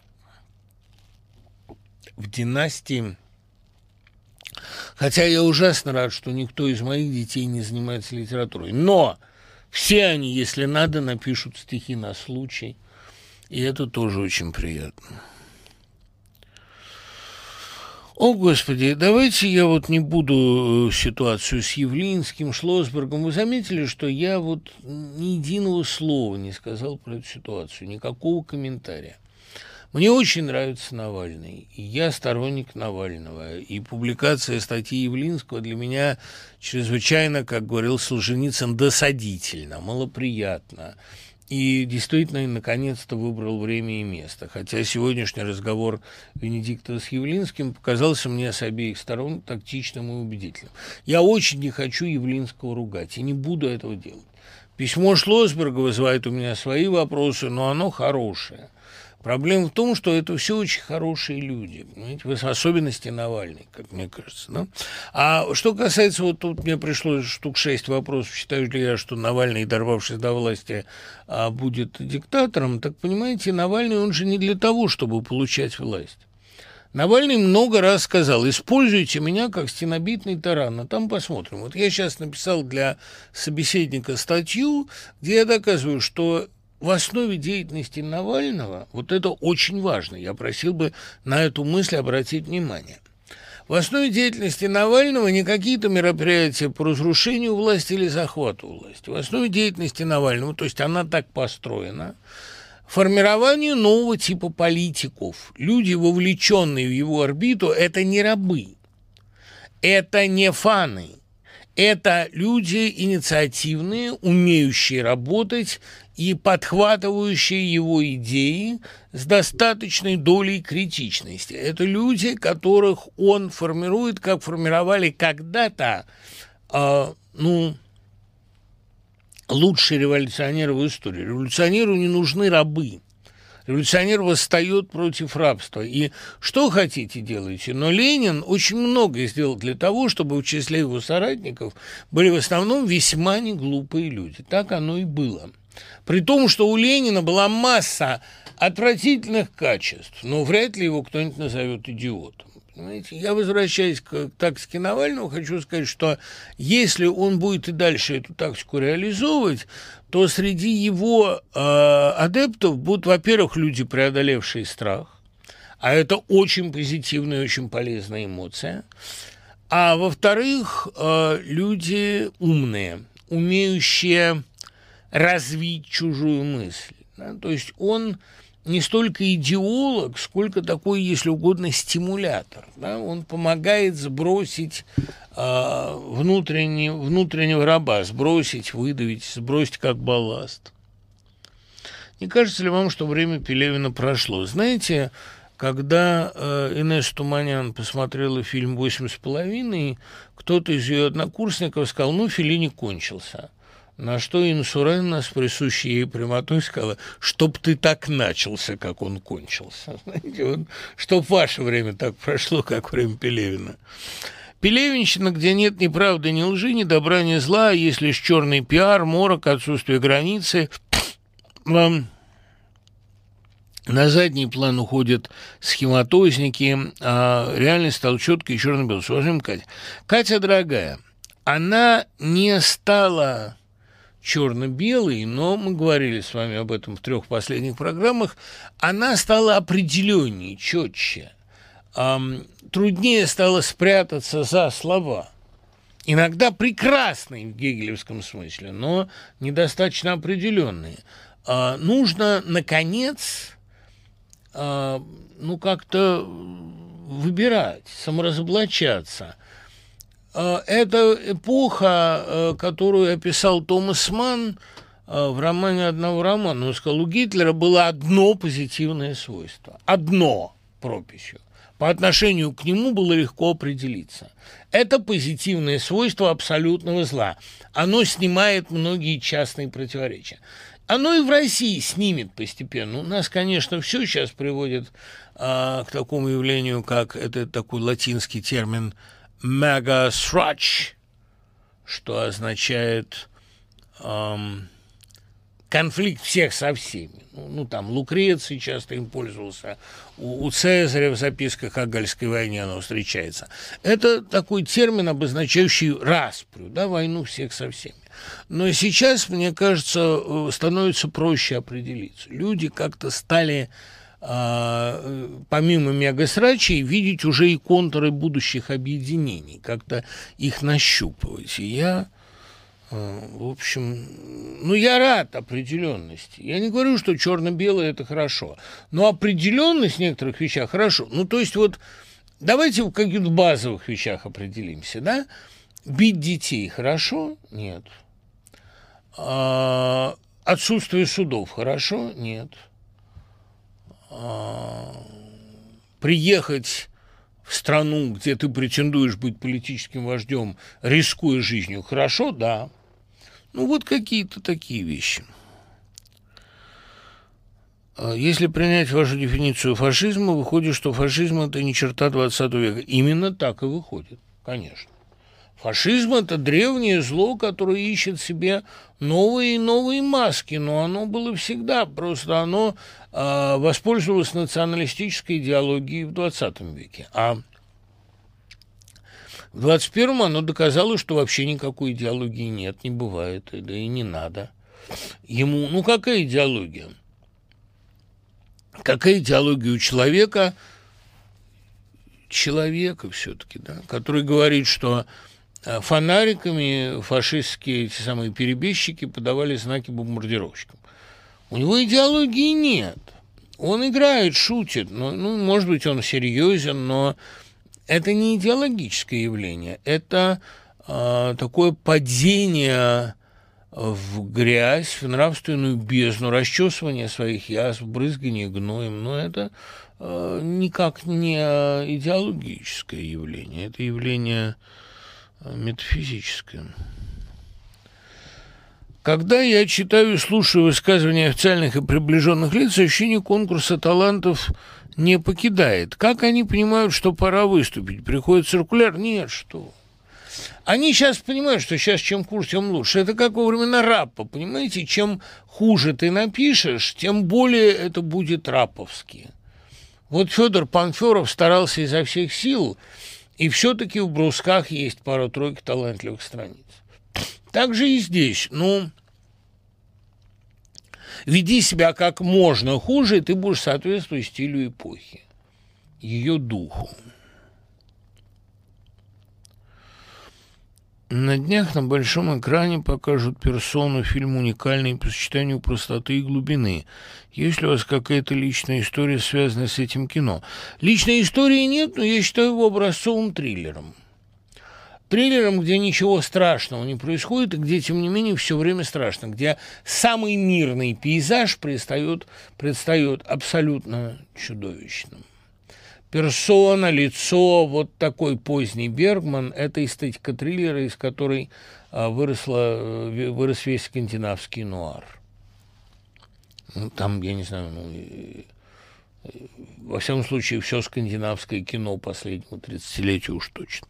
в династии, хотя я ужасно рад, что никто из моих детей не занимается литературой. Но все они, если надо, напишут стихи на случай, и это тоже очень приятно. О, Господи, давайте я вот не буду ситуацию с Явлинским, Шлосбергом. Вы заметили, что я вот ни единого слова не сказал про эту ситуацию, никакого комментария. Мне очень нравится Навальный, и я сторонник Навального, и публикация статьи Явлинского для меня чрезвычайно, как говорил Солженицын, досадительно, малоприятно. И действительно, наконец-то выбрал время и место. Хотя сегодняшний разговор Венедикта с Явлинским показался мне с обеих сторон тактичным и убедительным. Я очень не хочу Явлинского ругать, и не буду этого делать. Письмо Шлосберга вызывает у меня свои вопросы, но оно хорошее. Проблема в том, что это все очень хорошие люди, понимаете, в особенности Навальный, как мне кажется. Да? А что касается, вот тут мне пришло штук 6 вопросов, считаю ли я, что Навальный, дорвавшись до власти, будет диктатором, так, понимаете, Навальный, он же не для того, чтобы получать власть. Навальный много раз сказал: используйте меня как стенобитный таран, а там посмотрим. Вот я сейчас написал для собеседника статью, где я доказываю, что в основе деятельности Навального, вот это очень важно, я просил бы на эту мысль обратить внимание. В основе деятельности Навального не какие-то мероприятия по разрушению власти или захвату власти. В основе деятельности Навального, то есть она так построена, формирование нового типа политиков. Люди, вовлеченные в его орбиту, это не рабы, это не фаны. Это люди инициативные, умеющие работать и подхватывающие его идеи с достаточной долей критичности. Это люди, которых он формирует, как формировали когда-то, лучшие революционеры в истории. Революционеру не нужны рабы. Революционер восстает против рабства. И что хотите, делайте. Но Ленин очень многое сделал для того, чтобы в числе его соратников были в основном весьма неглупые люди. Так оно и было. При том, что у Ленина была масса отвратительных качеств, но вряд ли его кто-нибудь назовет идиотом. Понимаете? Я, возвращаясь к тактике Навального, хочу сказать, что если он будет и дальше эту тактику реализовывать, то среди его адептов будут, во-первых, люди, преодолевшие страх, а это очень позитивная и очень полезная эмоция, а во-вторых, люди умные, умеющие развить чужую мысль. Да? То есть он не столько идеолог, сколько такой, если угодно, стимулятор. Да? Он помогает сбросить внутреннего раба, сбросить, выдавить, сбросить как балласт. Не кажется ли вам, что время Пелевина прошло? Знаете, когда Инесс Туманян посмотрела фильм «8,5», кто-то из ее однокурсников сказал: ну, Феллини кончился. На что Инсуренна с присущей ей прямотой сказала: «Чтоб ты так начался, как он кончился». Знаете, вот, чтоб ваше время так прошло, как время Пелевина. Пелевинщина, где нет ни правды, ни лжи, ни добра, ни зла, есть лишь черный пиар, морок, отсутствие границы. На задний план уходят схематозники, а реальность стала четкой и черно-белой. Уважаемая Катя. Катя, дорогая, она не стала черно-белой, но мы говорили с вами об этом в 3 последних программах, она стала определеннее, четче. Труднее стало спрятаться за слова. Иногда прекрасные в гегелевском смысле, но недостаточно определенные. Нужно, наконец, как-то выбирать, саморазоблачаться. Это эпоха, которую описал Томас Манн в романе «Одного романа». Он сказал, у Гитлера было одно позитивное свойство. Одно, прописью. По отношению к нему было легко определиться. Это позитивное свойство абсолютного зла. Оно снимает многие частные противоречия. Оно и в России снимет постепенно. У нас, конечно, все сейчас приводит к такому явлению, как это такой латинский термин «мега-срач», что означает конфликт всех со всеми. Там Лукреций часто им пользовался, у Цезаря в записках о Гальской войне оно встречается. Это такой термин, обозначающий распрю, войну всех со всеми. Но сейчас, мне кажется, становится проще определиться. Люди как-то стали, помимо мегасрачей, видеть уже и контуры будущих объединений, как-то их нащупывать. И я... В общем, я рад определенности. Я не говорю, что черно-белое – это хорошо, но определенность в некоторых вещах хорошо. То есть давайте в каких-то базовых вещах определимся, да? Бить детей хорошо? Нет. Отсутствие судов хорошо? Нет. Приехать в страну, где ты претендуешь быть политическим вождем, рискуя жизнью, хорошо? Да. Какие-то такие вещи. Если принять вашу дефиницию фашизма, выходит, что фашизм – это не черта 20 века. Именно так и выходит, конечно. Фашизм – это древнее зло, которое ищет себе новые и новые маски, но оно было всегда, просто оно воспользовалось националистической идеологией в 20 веке. А в 21-м оно доказало, что вообще никакой идеологии нет, не бывает, да и не надо. Ему, какая идеология? Какая идеология у человека? Человека все-таки, который говорит, что фонариками фашистские эти самые перебежчики подавали знаки бомбардировщикам. У него идеологии нет. Он играет, шутит. Может быть, он серьезен, но это не идеологическое явление. Это такое падение в грязь, в нравственную бездну, расчесывание своих язв, брызгание гноем. Но это никак не идеологическое явление. Это явление метафизическое. Когда я читаю и слушаю высказывания официальных и приближенных лиц, ощущение конкурса талантов не покидает. Как они понимают, что пора выступить? Приходит циркуляр? Нет, что? Они сейчас понимают, что сейчас чем хуже, тем лучше. Это как во времена раппа, понимаете? Чем хуже ты напишешь, тем более это будет рапповски. Федор Панферов старался изо всех сил, и все-таки в «Брусках» есть пара-тройка талантливых страниц. Так же и здесь. Веди себя как можно хуже, и ты будешь соответствовать стилю эпохи, ее духу. На днях на большом экране покажут «Персону», фильм уникальный по сочетанию простоты и глубины. Есть ли у вас какая-то личная история, связанная с этим кино? Личной истории нет, но я считаю его образцовым триллером. Триллером, где ничего страшного не происходит, и где, тем не менее, все время страшно, где самый мирный пейзаж предстает абсолютно чудовищным. персона, лицо, вот такой поздний Бергман – это эстетика триллера, из которой вырос весь скандинавский нуар. Ну, там, я не знаю, во всяком случае, все скандинавское кино последнего 30-летия уж точно.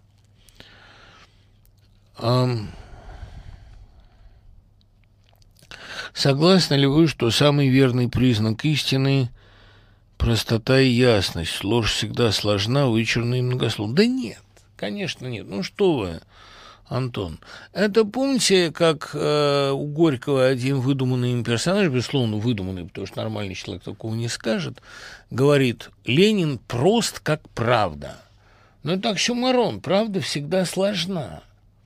Согласны ли вы, что самый верный признак истины – простота и ясность? Ложь всегда сложна, вычурна и многословна. Да нет, конечно нет. Ну что вы, Антон. Это, помните, как у Горького один выдуманный им персонаж, безусловно, выдуманный, потому что нормальный человек такого не скажет, говорит: Ленин прост, как правда. Но это оксюморон, правда всегда сложна.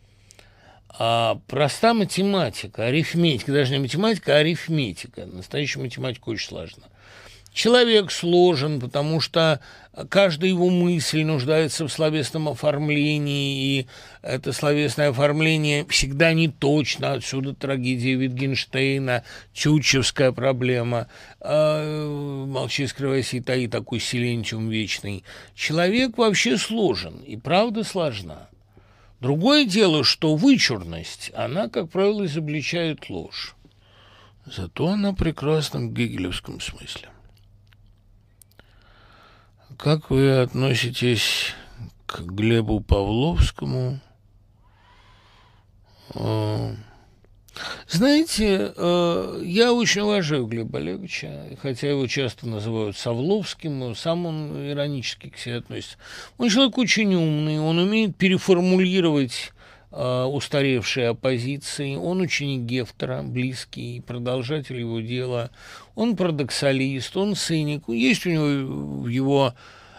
А проста математика, арифметика, даже не математика, а арифметика. Настоящая математика очень сложна. Человек сложен, потому что каждая его мысль нуждается в словесном оформлении, и это словесное оформление всегда не точно. Отсюда трагедия Витгенштейна, тютчевская проблема, «Молчи, скрывайся и таи», такой силентиум вечный. Человек вообще сложен, и правда сложна. Другое дело, что вычурность, она, как правило, изобличает ложь. Зато она прекрасна в гегелевском смысле. Как вы относитесь к Глебу Павловскому? Знаете, я очень уважаю Глеба Олеговича, хотя его часто называют Савловским, но сам он иронически к себе относится. Он человек очень умный, он умеет переформулировать устаревшие оппозиции, он ученик Гефтера, близкий, продолжатель его дела, он парадоксалист, он циник, есть у него в его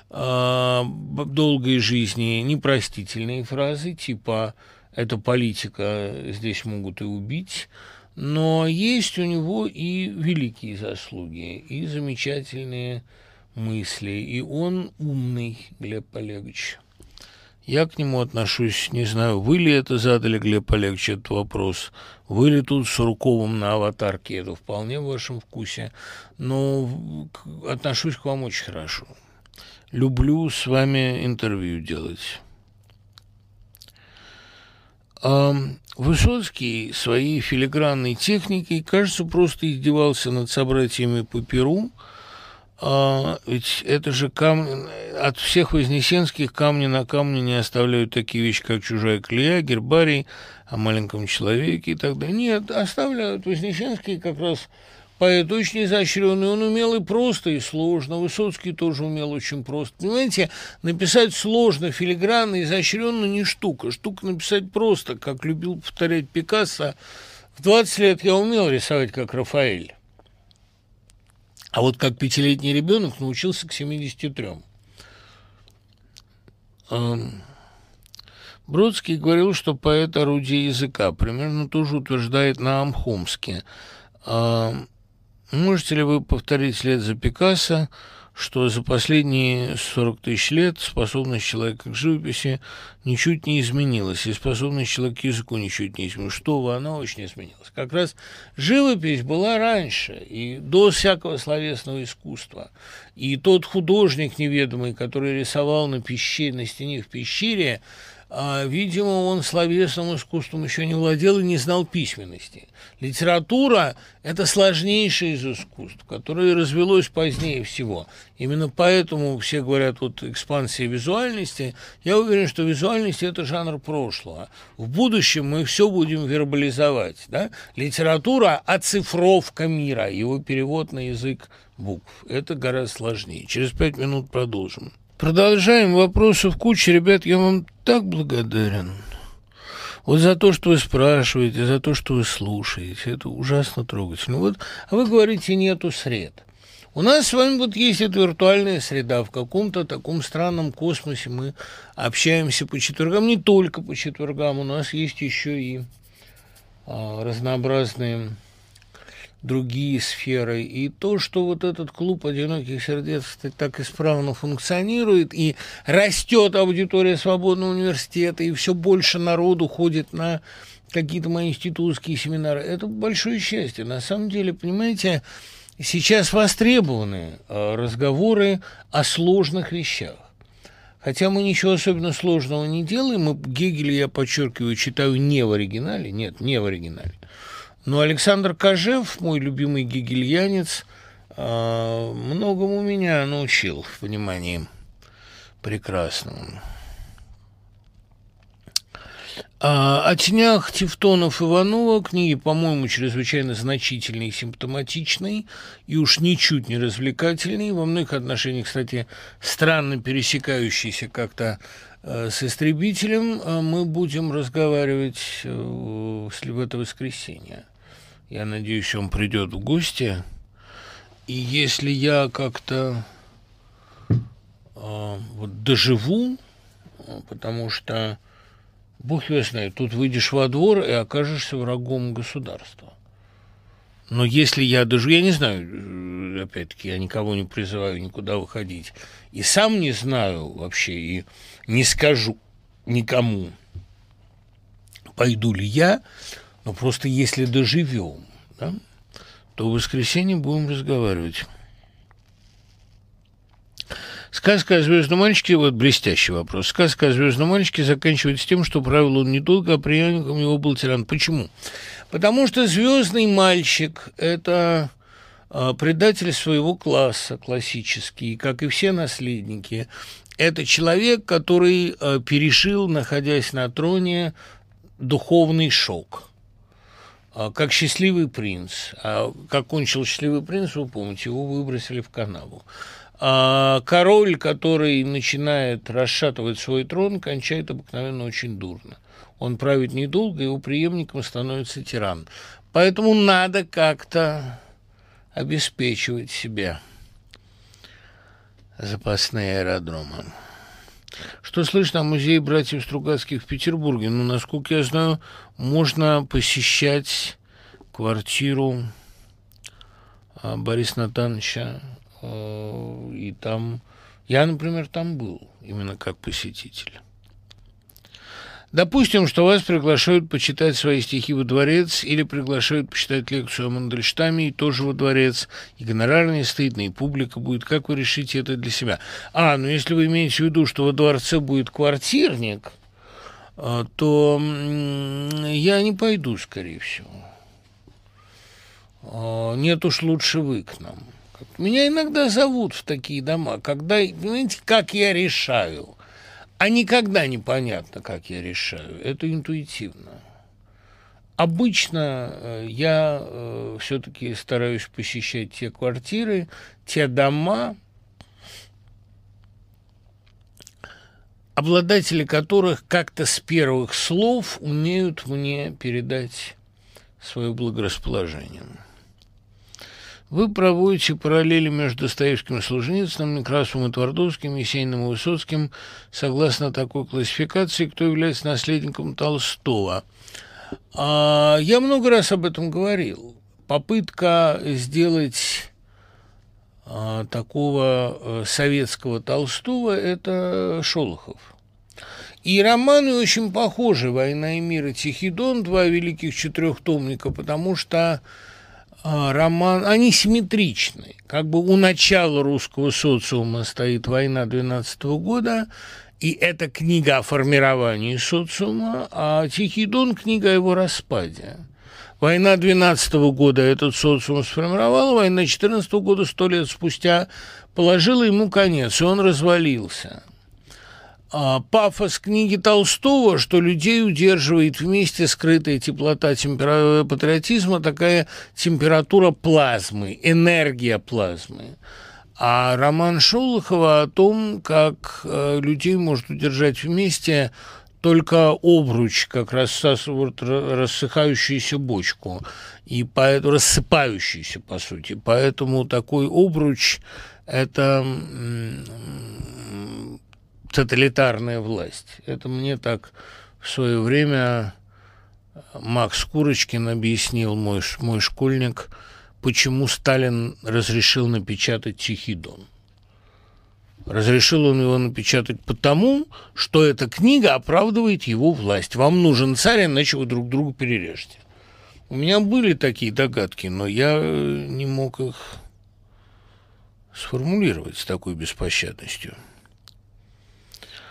долгой жизни непростительные фразы, типа «это политика, здесь могут и убить», но есть у него и великие заслуги, и замечательные мысли, и он умный, Глеб Олегович. Я к нему отношусь, не знаю, вы ли это задали, Глеб Олегович, этот вопрос, вы ли тут с Сурковым на аватарке, это вполне в вашем вкусе, но отношусь к вам очень хорошо. Люблю с вами интервью делать. Высоцкий своей филигранной техникой, кажется, просто издевался над собратьями по перу. Ведь это же от всех вознесенских камни на камне не оставляют такие вещи, как «Чужая колея», «Гербарий», «О маленьком человеке» и так далее. Нет, оставляют. Вознесенский как раз поэт очень изощренный, он умел и просто, и сложно. Высоцкий тоже умел очень просто. Понимаете, написать сложно, филигранно, изощренно не штука. Штука написать просто, как любил повторять Пикассо. В 20 лет я умел рисовать, как Рафаэль. А вот как 5-летний ребенок научился к 73. Бродский говорил, что поэт – орудие языка. Примерно тоже утверждает Наам Хомский. Можете ли вы повторить вслед за Пикассо, что за последние 40 тысяч лет способность человека к живописи ничуть не изменилась, и способность человека к языку ничуть не изменилась? Что вы, она очень изменилась. Как раз живопись была раньше, и до всякого словесного искусства. И тот художник неведомый, который рисовал на стене в пещере, видимо, он словесным искусством еще не владел и не знал письменности. Литература – это сложнейшее из искусств, которое развелось позднее всего. Именно поэтому все говорят, вот экспансия визуальности. Я уверен, что визуальность – это жанр прошлого. В будущем мы все будем вербализовать. Да? Литература – оцифровка мира, его перевод на язык букв. Это гораздо сложнее. Через 5 минут продолжим. Продолжаем. Вопросов куча. Ребят, я вам так благодарен. Вот за то, что вы спрашиваете, за то, что вы слушаете. Это ужасно трогательно. Вот, а вы говорите, нету сред. У нас с вами вот есть эта виртуальная среда. В каком-то таком странном космосе мы общаемся по четвергам. Не только по четвергам. У нас есть еще и разнообразные другие сферы. И то, что вот этот клуб одиноких сердец так исправно функционирует, и растет аудитория свободного университета, и все больше народу ходит на какие-то мои институтские семинары, это большое счастье. На самом деле, понимаете, сейчас востребованы разговоры о сложных вещах. Хотя мы ничего особенно сложного не делаем, мы Гегеля, я подчеркиваю, читаю не в оригинале, нет, не в оригинале. Но Александр Кожев, мой любимый гегельянец, многому меня научил в понимании прекрасному. О тенях Тевтонов Иванова книги, по-моему, чрезвычайно значительные и симптоматичные, и уж ничуть не развлекательные, во многих отношениях, кстати, странно пересекающиеся как-то с «Истребителем», мы будем разговаривать в это воскресенье. Я надеюсь, он придет в гости, и если я как-то вот доживу, потому что Бог его знает, тут выйдешь во двор и окажешься врагом государства. Но если я даже, я не знаю, опять-таки, я никого не призываю никуда выходить, и сам не знаю вообще, и не скажу никому, пойду ли я, но просто если доживем, да, то в воскресенье будем разговаривать. Сказка о звездном мальчике, вот блестящий вопрос. Сказка о звездном мальчике заканчивается тем, что правил он недолго, а преемником его был тиран. Почему? Потому что звездный мальчик – это предатель своего класса классический, как и все наследники. Это человек, который пережил, находясь на троне, духовный шок. Как счастливый принц. А как кончил счастливый принц, вы помните, его выбросили в канаву. А король, который начинает расшатывать свой трон, кончает обыкновенно очень дурно. Он правит недолго, его преемником становится тиран. Поэтому надо как-то обеспечивать себя. Запасные аэродромы. Что слышно о музее братьев Стругацких в Петербурге? Ну, насколько я знаю, можно посещать квартиру Бориса Натановича. И там, я, например, там был, именно как посетитель. Допустим, что вас приглашают почитать свои стихи во дворец или приглашают почитать лекцию о Мандельштаме и тоже во дворец, и гонорар не стыдно, и публика будет. Как вы решите это для себя? Ну если вы имеете в виду, что во дворце будет квартирник, то я не пойду, скорее всего. Нет уж, лучше вы к нам. Меня иногда зовут в такие дома, когда, понимаете, как я решаю. А никогда непонятно, как я решаю. Это интуитивно. Обычно я все-таки стараюсь посещать те квартиры, те дома, обладатели которых как-то с первых слов умеют мне передать свое благорасположение. Вы проводите параллели между Достоевским и Солженицыным, Некрасовым и Твардовским, Есениным и Высоцким. Согласно такой классификации, кто является наследником Толстого? Я много раз об этом говорил. Попытка сделать такого советского Толстого – это Шолохов. И романы очень похожи «Война и мир» и «Тихий дон», два великих четырехтомника, потому что роман, они симметричны. Как бы у начала русского социума стоит «Война 12-го года», и это книга о формировании социума, а «Тихий дон» – книга о его распаде. «Война 12-го года» этот социум сформировала, «Война 14-го года» 100 лет спустя положила ему конец, и он развалился. Пафос книги Толстого, что людей удерживает вместе скрытая теплота патриотизма, такая температура плазмы, энергия плазмы. А роман Шолохова о том, как людей может удержать вместе только обруч, как рассыхающуюся бочку, и поэтому рассыпающийся, по сути. Поэтому такой обруч – это тоталитарная власть. Это мне так в свое время Макс Курочкин объяснил, мой школьник, почему Сталин разрешил напечатать «Тихий дон». Разрешил он его напечатать потому, что эта книга оправдывает его власть. Вам нужен царь, иначе вы друг друга перережете. У меня были такие догадки, но я не мог их сформулировать с такой беспощадностью.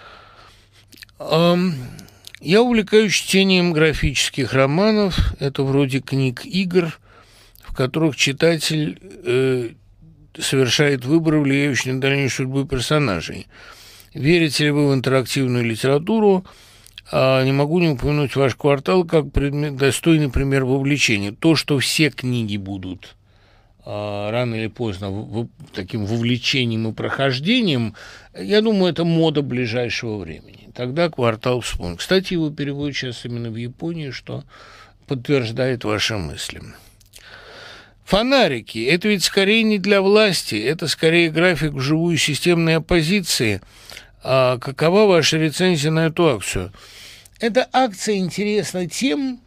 Я увлекаюсь чтением графических романов. Это вроде книг игр, в которых читатель совершает выборы, влияющие на дальнейшую судьбу персонажей. Верите ли вы в интерактивную литературу? Не могу не упомянуть «Ваш квартал» как достойный пример вовлечения. То, что все книги будут рано или поздно таким вовлечением и прохождением, я думаю, это мода ближайшего времени. Тогда «Квартал» вспомнил. Кстати, его переводят сейчас именно в Японии, что подтверждает ваши мысли. Фонарики – это ведь скорее не для власти, это скорее график вживую системной оппозиции. Какова ваша рецензия на эту акцию? Эта акция интересна тем,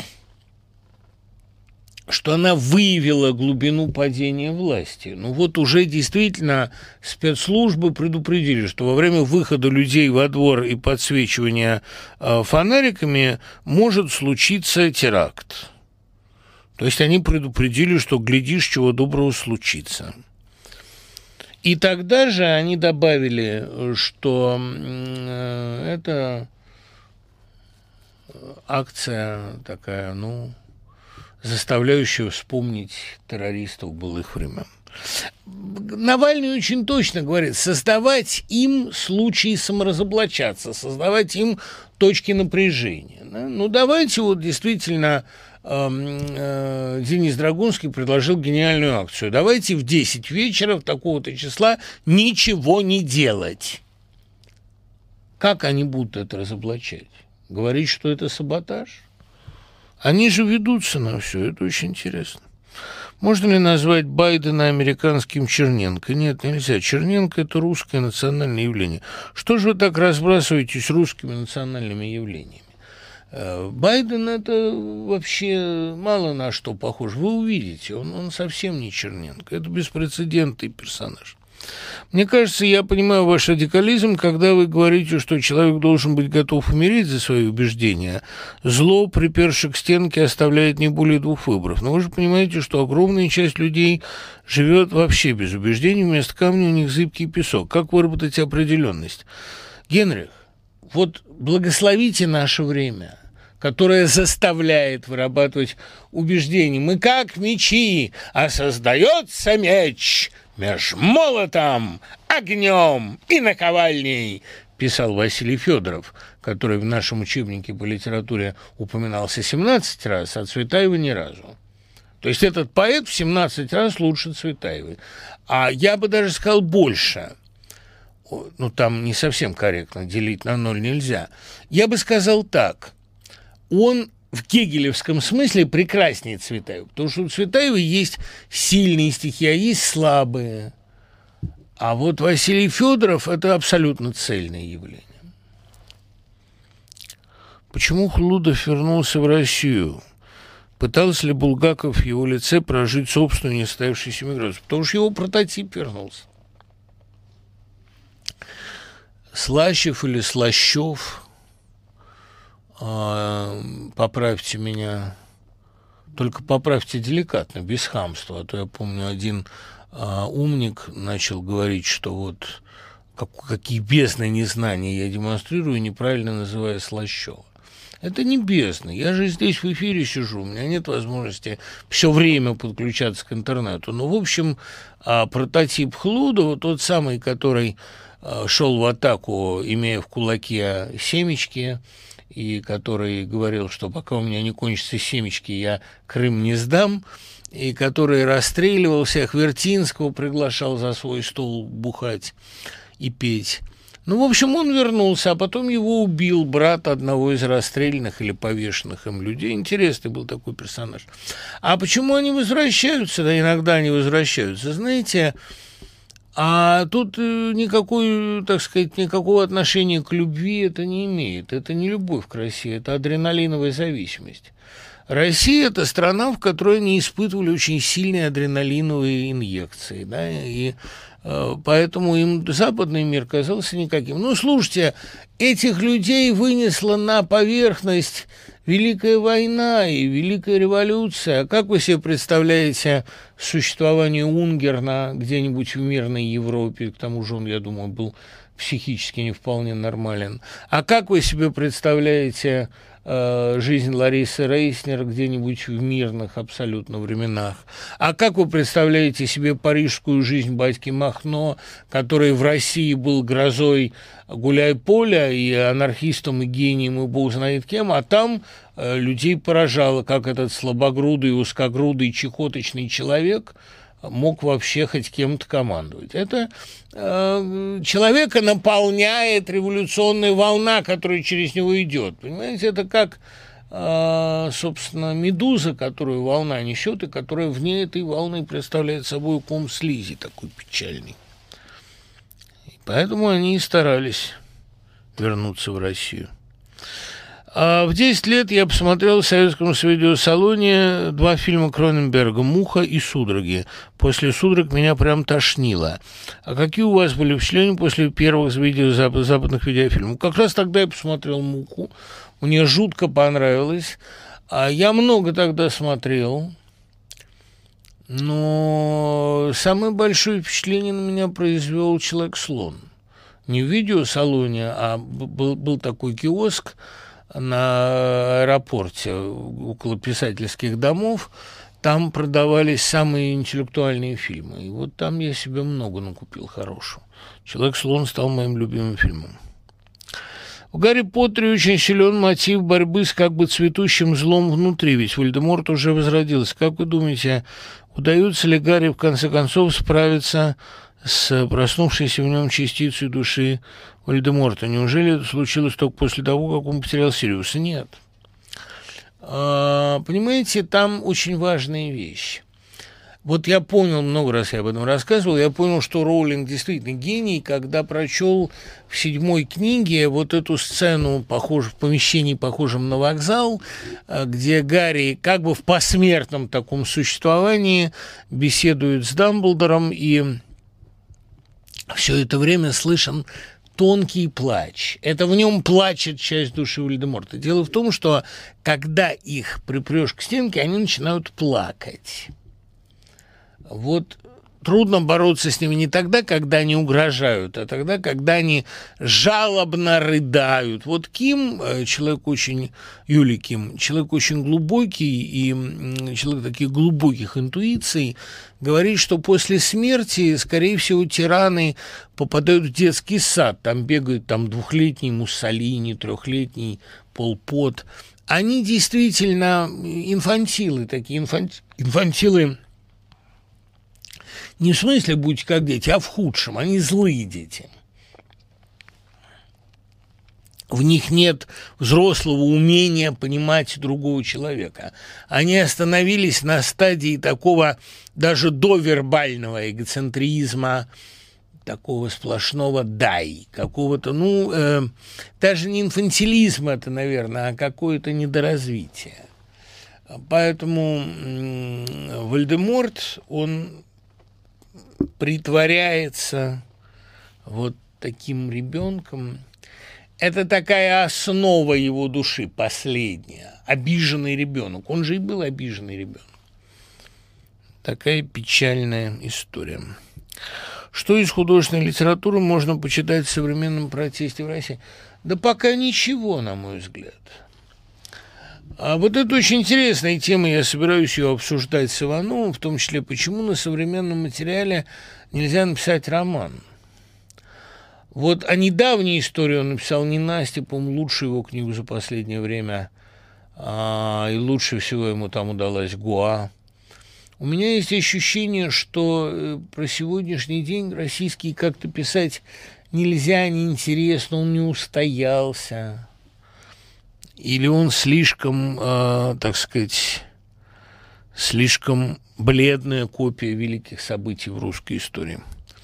что она выявила глубину падения власти. Ну вот уже действительно спецслужбы предупредили, что во время выхода людей во двор и подсвечивания фонариками может случиться теракт. То есть они предупредили, что, глядишь, чего доброго случится. И тогда же они добавили, что это акция такая, заставляющая вспомнить террористов былых времен. Навальный очень точно говорит, создавать им случаи саморазоблачаться, создавать им точки напряжения. Да? Давайте действительно Денис Драгунский предложил гениальную акцию. Давайте в 10 вечера, в такого-то числа, ничего не делать. Как они будут это разоблачать? Говорить, что это саботаж? Они же ведутся на все, это очень интересно. Можно ли назвать Байдена американским Черненко? Нет, нельзя. Черненко – это русское национальное явление. Что же вы так разбрасываетесь русскими национальными явлениями? Байден – это вообще мало на что похож. Вы увидите, он совсем не Черненко. Это беспрецедентный персонаж. Мне кажется, я понимаю ваш радикализм, когда вы говорите, что человек должен быть готов умереть за свои убеждения. Зло, приперши к стенке, оставляет не более 2 выборов. Но вы же понимаете, что огромная часть людей живет вообще без убеждений, вместо камня у них зыбкий песок. Как выработать определенность? Генрих, благословите наше время, которое заставляет вырабатывать убеждения. Мы как мечи, а создается меч меж молотом, огнем и наковальней, писал Василий Федоров, который в нашем учебнике по литературе упоминался 17 раз, а Цветаева ни разу. То есть этот поэт в 17 раз лучше Цветаевой. А я бы даже сказал больше. Там не совсем корректно, делить на 0 нельзя. Я бы сказал так. Он в гегелевском смысле прекраснее Цветаева, потому что у Цветаевой есть сильные стихи, а есть слабые. А Василий Федоров – это абсолютно цельное явление. Почему Хлудов вернулся в Россию? Пытался ли Булгаков в его лице прожить собственную несостоявшуюся миграцию? Потому что его прототип вернулся. Слащев или Слащев, поправьте меня, только поправьте деликатно, без хамства, а то я помню, один умник начал говорить, что какие бездны незнания я демонстрирую, неправильно называя Слащева. Это не бездна. Я же здесь в эфире сижу, у меня нет возможности все время подключаться к интернету. В общем, прототип Хлудова, тот самый, который шел в атаку, имея в кулаке семечки, и который говорил, что пока у меня не кончатся семечки, я Крым не сдам, и который расстреливал всех, Вертинского приглашал за свой стол бухать и петь. В общем, он вернулся, а потом его убил брат одного из расстрелянных или повешенных им людей. Интересный был такой персонаж. А почему они возвращаются? Да, иногда они возвращаются. Знаете, а тут никакого отношения к любви это не имеет. Это не любовь к России, это адреналиновая зависимость. Россия – это страна, в которой они испытывали очень сильные адреналиновые инъекции, да, и поэтому им западный мир казался никаким. Слушайте, этих людей вынесла на поверхность Великая война и Великая революция. А как вы себе представляете существование Унгерна где-нибудь в мирной Европе? К тому же он, я думаю, был психически не вполне нормален. А как вы себе представляете жизнь Ларисы Рейснер где-нибудь в мирных абсолютно временах? А как вы представляете себе парижскую жизнь батьки Махно, который в России был грозой гуляй-поля и анархистом, и гением, и бог знает кем, а там людей поражало, как этот слабогрудый, узкогрудый, чехоточный человек мог вообще хоть кем-то командовать. Это человека наполняет революционная волна, которая через него идет. Понимаете, это как, собственно, медуза, которую волна несет, и которая вне этой волны представляет собой ком слизи такой печальный. И поэтому они и старались вернуться в Россию. В 10 лет я посмотрел в Советском видеосалоне 2 фильма Кроненберга «Муха» и «Судороги». После «Судорог» меня прям тошнило. А какие у вас были впечатления после первых западных видеофильмов? Как раз тогда я посмотрел «Муху». Мне жутко понравилось. Я много тогда смотрел. Но самое большое впечатление на меня произвел «Человек-слон». Не в видеосалоне, а был такой киоск на аэропорте около писательских домов. Там продавались самые интеллектуальные фильмы. И вот там я себе много накупил хорошего. «Человек-слон» стал моим любимым фильмом. В «Гарри Поттере» очень силен мотив борьбы с как бы цветущим злом внутри, ведь Вольдеморт уже возродился. Как вы думаете, удается ли Гарри в конце концов справиться с проснувшейся в нем частицей души Вольдеморта? Неужели это случилось только после того, как он потерял Сириуса? Нет. Понимаете, там очень важная вещь. Вот я понял, много раз я об этом рассказывал, я понял, что Роулинг действительно гений, когда прочел в 7-й книге вот эту сцену в помещении, похожем на вокзал, где Гарри как бы в посмертном таком существовании беседует с Дамблдором, и все это время слышен тонкий плач. Это в нем плачет часть души Вольдеморта. Дело в том, что когда их припрешь к стенке, они начинают плакать. Вот трудно бороться с ними не тогда, когда они угрожают, а тогда, когда они жалобно рыдают. Вот Ким, Юлий Ким, человек очень глубокий и человек таких глубоких интуиций, говорит, что после смерти, скорее всего, тираны попадают в детский сад. Там бегают 2-летний Муссолини, 3-летний Пол Пот. Они действительно инфантилы, такие инфантилы. Не в смысле будьте как дети, а в худшем. Они злые дети. В них нет взрослого умения понимать другого человека. Они остановились на стадии такого даже довербального эгоцентризма, такого сплошного «дай», какого-то, даже не инфантилизма это, наверное, а какое-то недоразвитие. Поэтому Вольдеморт, он притворяется вот таким ребенком. Это такая основа его души, последняя. Обиженный ребенок. Он же и был обиженный ребенок. Такая печальная история. Что из художественной литературы можно почитать в современном протесте в России? Да пока ничего, на мой взгляд. А вот это очень интересная тема, я собираюсь ее обсуждать с Ивановым, в том числе, почему на современном материале нельзя написать роман. Вот о недавней истории он написал ненастье, по-моему, лучшую его книгу за последнее время, и лучше всего ему там удалась «Гоа». У меня есть ощущение, что про сегодняшний день российский как-то писать нельзя, неинтересно, он не устоялся. Или он слишком, так сказать, слишком бледная копия великих событий в русской истории.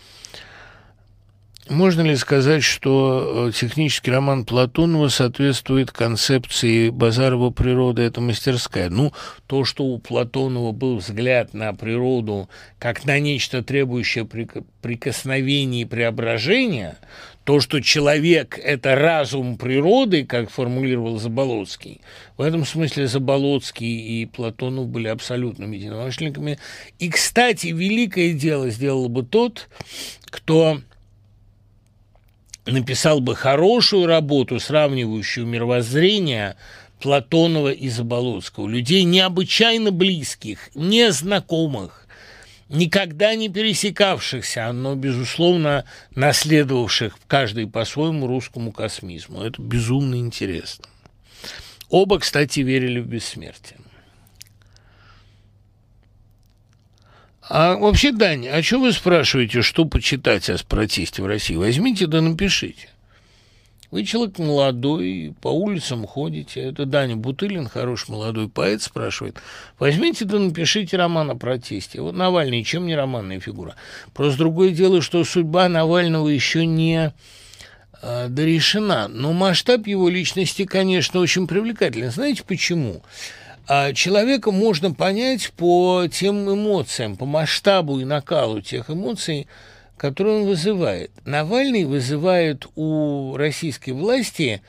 Можно ли сказать, что технический роман Платонова соответствует концепции Базарова «Природа – это мастерская»? То, что у Платонова был взгляд на природу как на нечто, требующее прикосновения и преображения, то, что человек – это разум природы, как формулировал Заболоцкий, в этом смысле Заболоцкий и Платонов были абсолютными единомышленниками. И, кстати, великое дело сделал бы тот, кто написал бы хорошую работу, сравнивающую мировоззрение Платонова и Заболоцкого. Людей необычайно близких, незнакомых, никогда не пересекавшихся, но, безусловно, наследовавших каждый по-своему русскому космизму. Это безумно интересно. Оба, кстати, верили в бессмертие. А вообще, Дань, а что вы спрашиваете, что почитать о протесте в России? Возьмите да напишите. Вы человек молодой, по улицам ходите. Это Даня Бутылин, хороший молодой поэт, спрашивает. Возьмите да напишите роман о протесте. Вот Навальный, чем не романная фигура? Просто другое дело, что судьба Навального еще не дорешена. Но масштаб его личности, конечно, очень привлекательный. Знаете почему? Человека можно понять по тем эмоциям, по масштабу и накалу тех эмоций, которые он вызывает. Навальный вызывает у российской власти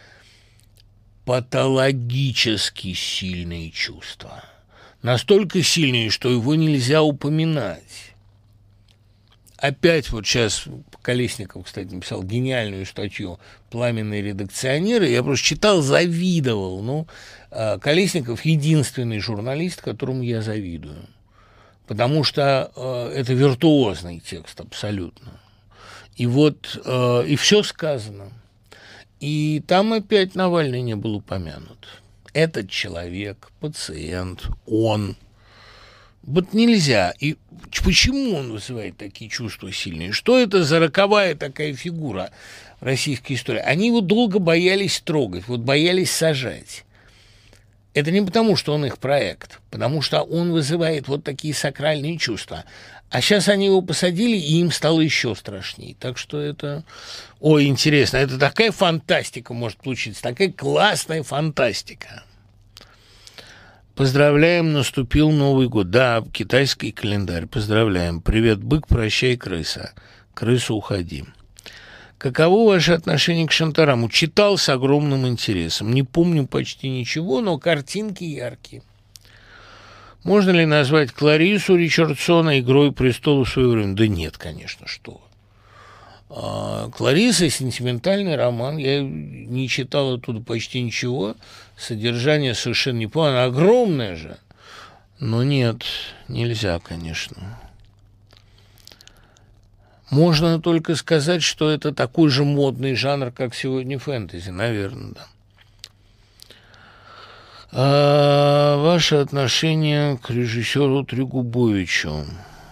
патологически сильные чувства. Настолько сильные, что его нельзя упоминать. Опять вот сейчас Колесников, кстати, написал гениальную статью «Пламенные редакционеры». Я просто читал, завидовал. Ну, Колесников – единственный журналист, которому я завидую. Потому что это виртуозный текст абсолютно. И вот, и все сказано. И там опять Навальный не был упомянут. Этот человек, пациент, он. Вот нельзя. И почему он вызывает такие чувства сильные? Что это за роковая такая фигура в российской истории? Они его долго боялись трогать, вот боялись сажать. Это не потому, что он их проект, потому что он вызывает вот такие сакральные чувства. А сейчас они его посадили, и им стало еще страшнее. Так что это... Ой, интересно, это такая фантастика может получиться, такая классная фантастика. Поздравляем, наступил Новый год. Да, китайский календарь, поздравляем. Привет, бык, прощай, крыса. Крыса, уходи. Каково ваше отношение к Шантараму? Читал с огромным интересом. Не помню почти ничего, но картинки яркие. Можно ли назвать Кларису Ричардсона «Игрой престолов» в свое время? Да нет, конечно, что вы. Клариса – сентиментальный роман. Я не читал оттуда почти ничего. Содержание совершенно не помню. Она огромная же. Но нет, нельзя, конечно. Можно только сказать, что это такой же модный жанр, как сегодня фэнтези, наверное, да. Ваше отношение к режиссеру Трегубовичу,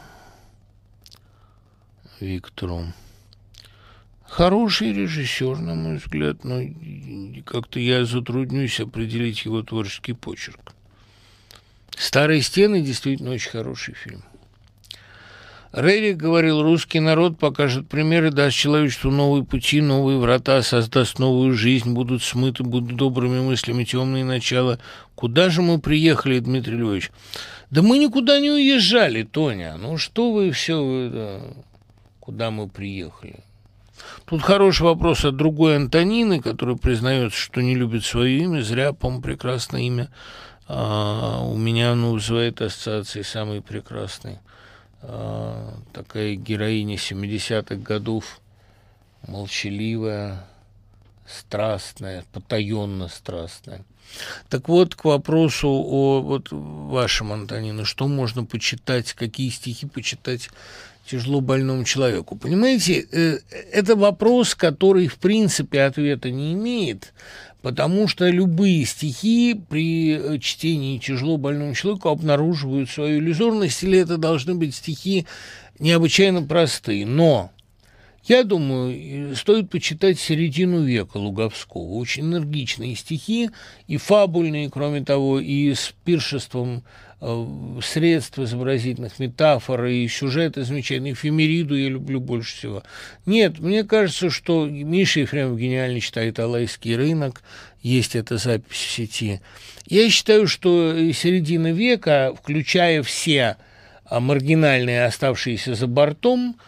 Виктору? Хороший режиссер, на мой взгляд, но как-то я затруднюсь определить его творческий почерк. «Старые стены» действительно очень хороший фильм. Рерих говорил, русский народ покажет пример и даст человечеству новые пути, новые врата, создаст новую жизнь, будут смыты, будут добрыми мыслями темные начала. Куда же мы приехали, Дмитрий Львович? Да мы никуда не уезжали, Тоня. Ну что вы все, да, куда мы приехали? Тут хороший вопрос от другой Антонины, которая признается, что не любит свое имя. Зря, по-моему, прекрасное имя. У меня оно вызывает ассоциации самые прекрасные. Такая героиня 70-х годов, молчаливая, страстная, потаенно страстная. Так вот, к вопросу о вот вашем, Антонина, что можно почитать, какие стихи почитать тяжело больному человеку. Понимаете, это вопрос, который, в принципе, ответа не имеет, потому что любые стихи при чтении тяжело больному человеку обнаруживают свою иллюзорность, или это должны быть стихи необычайно простые. Но я думаю, стоит почитать середину века Луговского. Очень энергичные стихи, и фабульные, кроме того, и с пиршеством средств изобразительных, метафор и сюжеты замечательные. Эфемериду я люблю больше всего. Нет, мне кажется, что Миша Ефремов гениально читает «Алайский рынок», есть эта запись в сети. Я считаю, что середина века, включая все маргинальные, оставшиеся за бортом,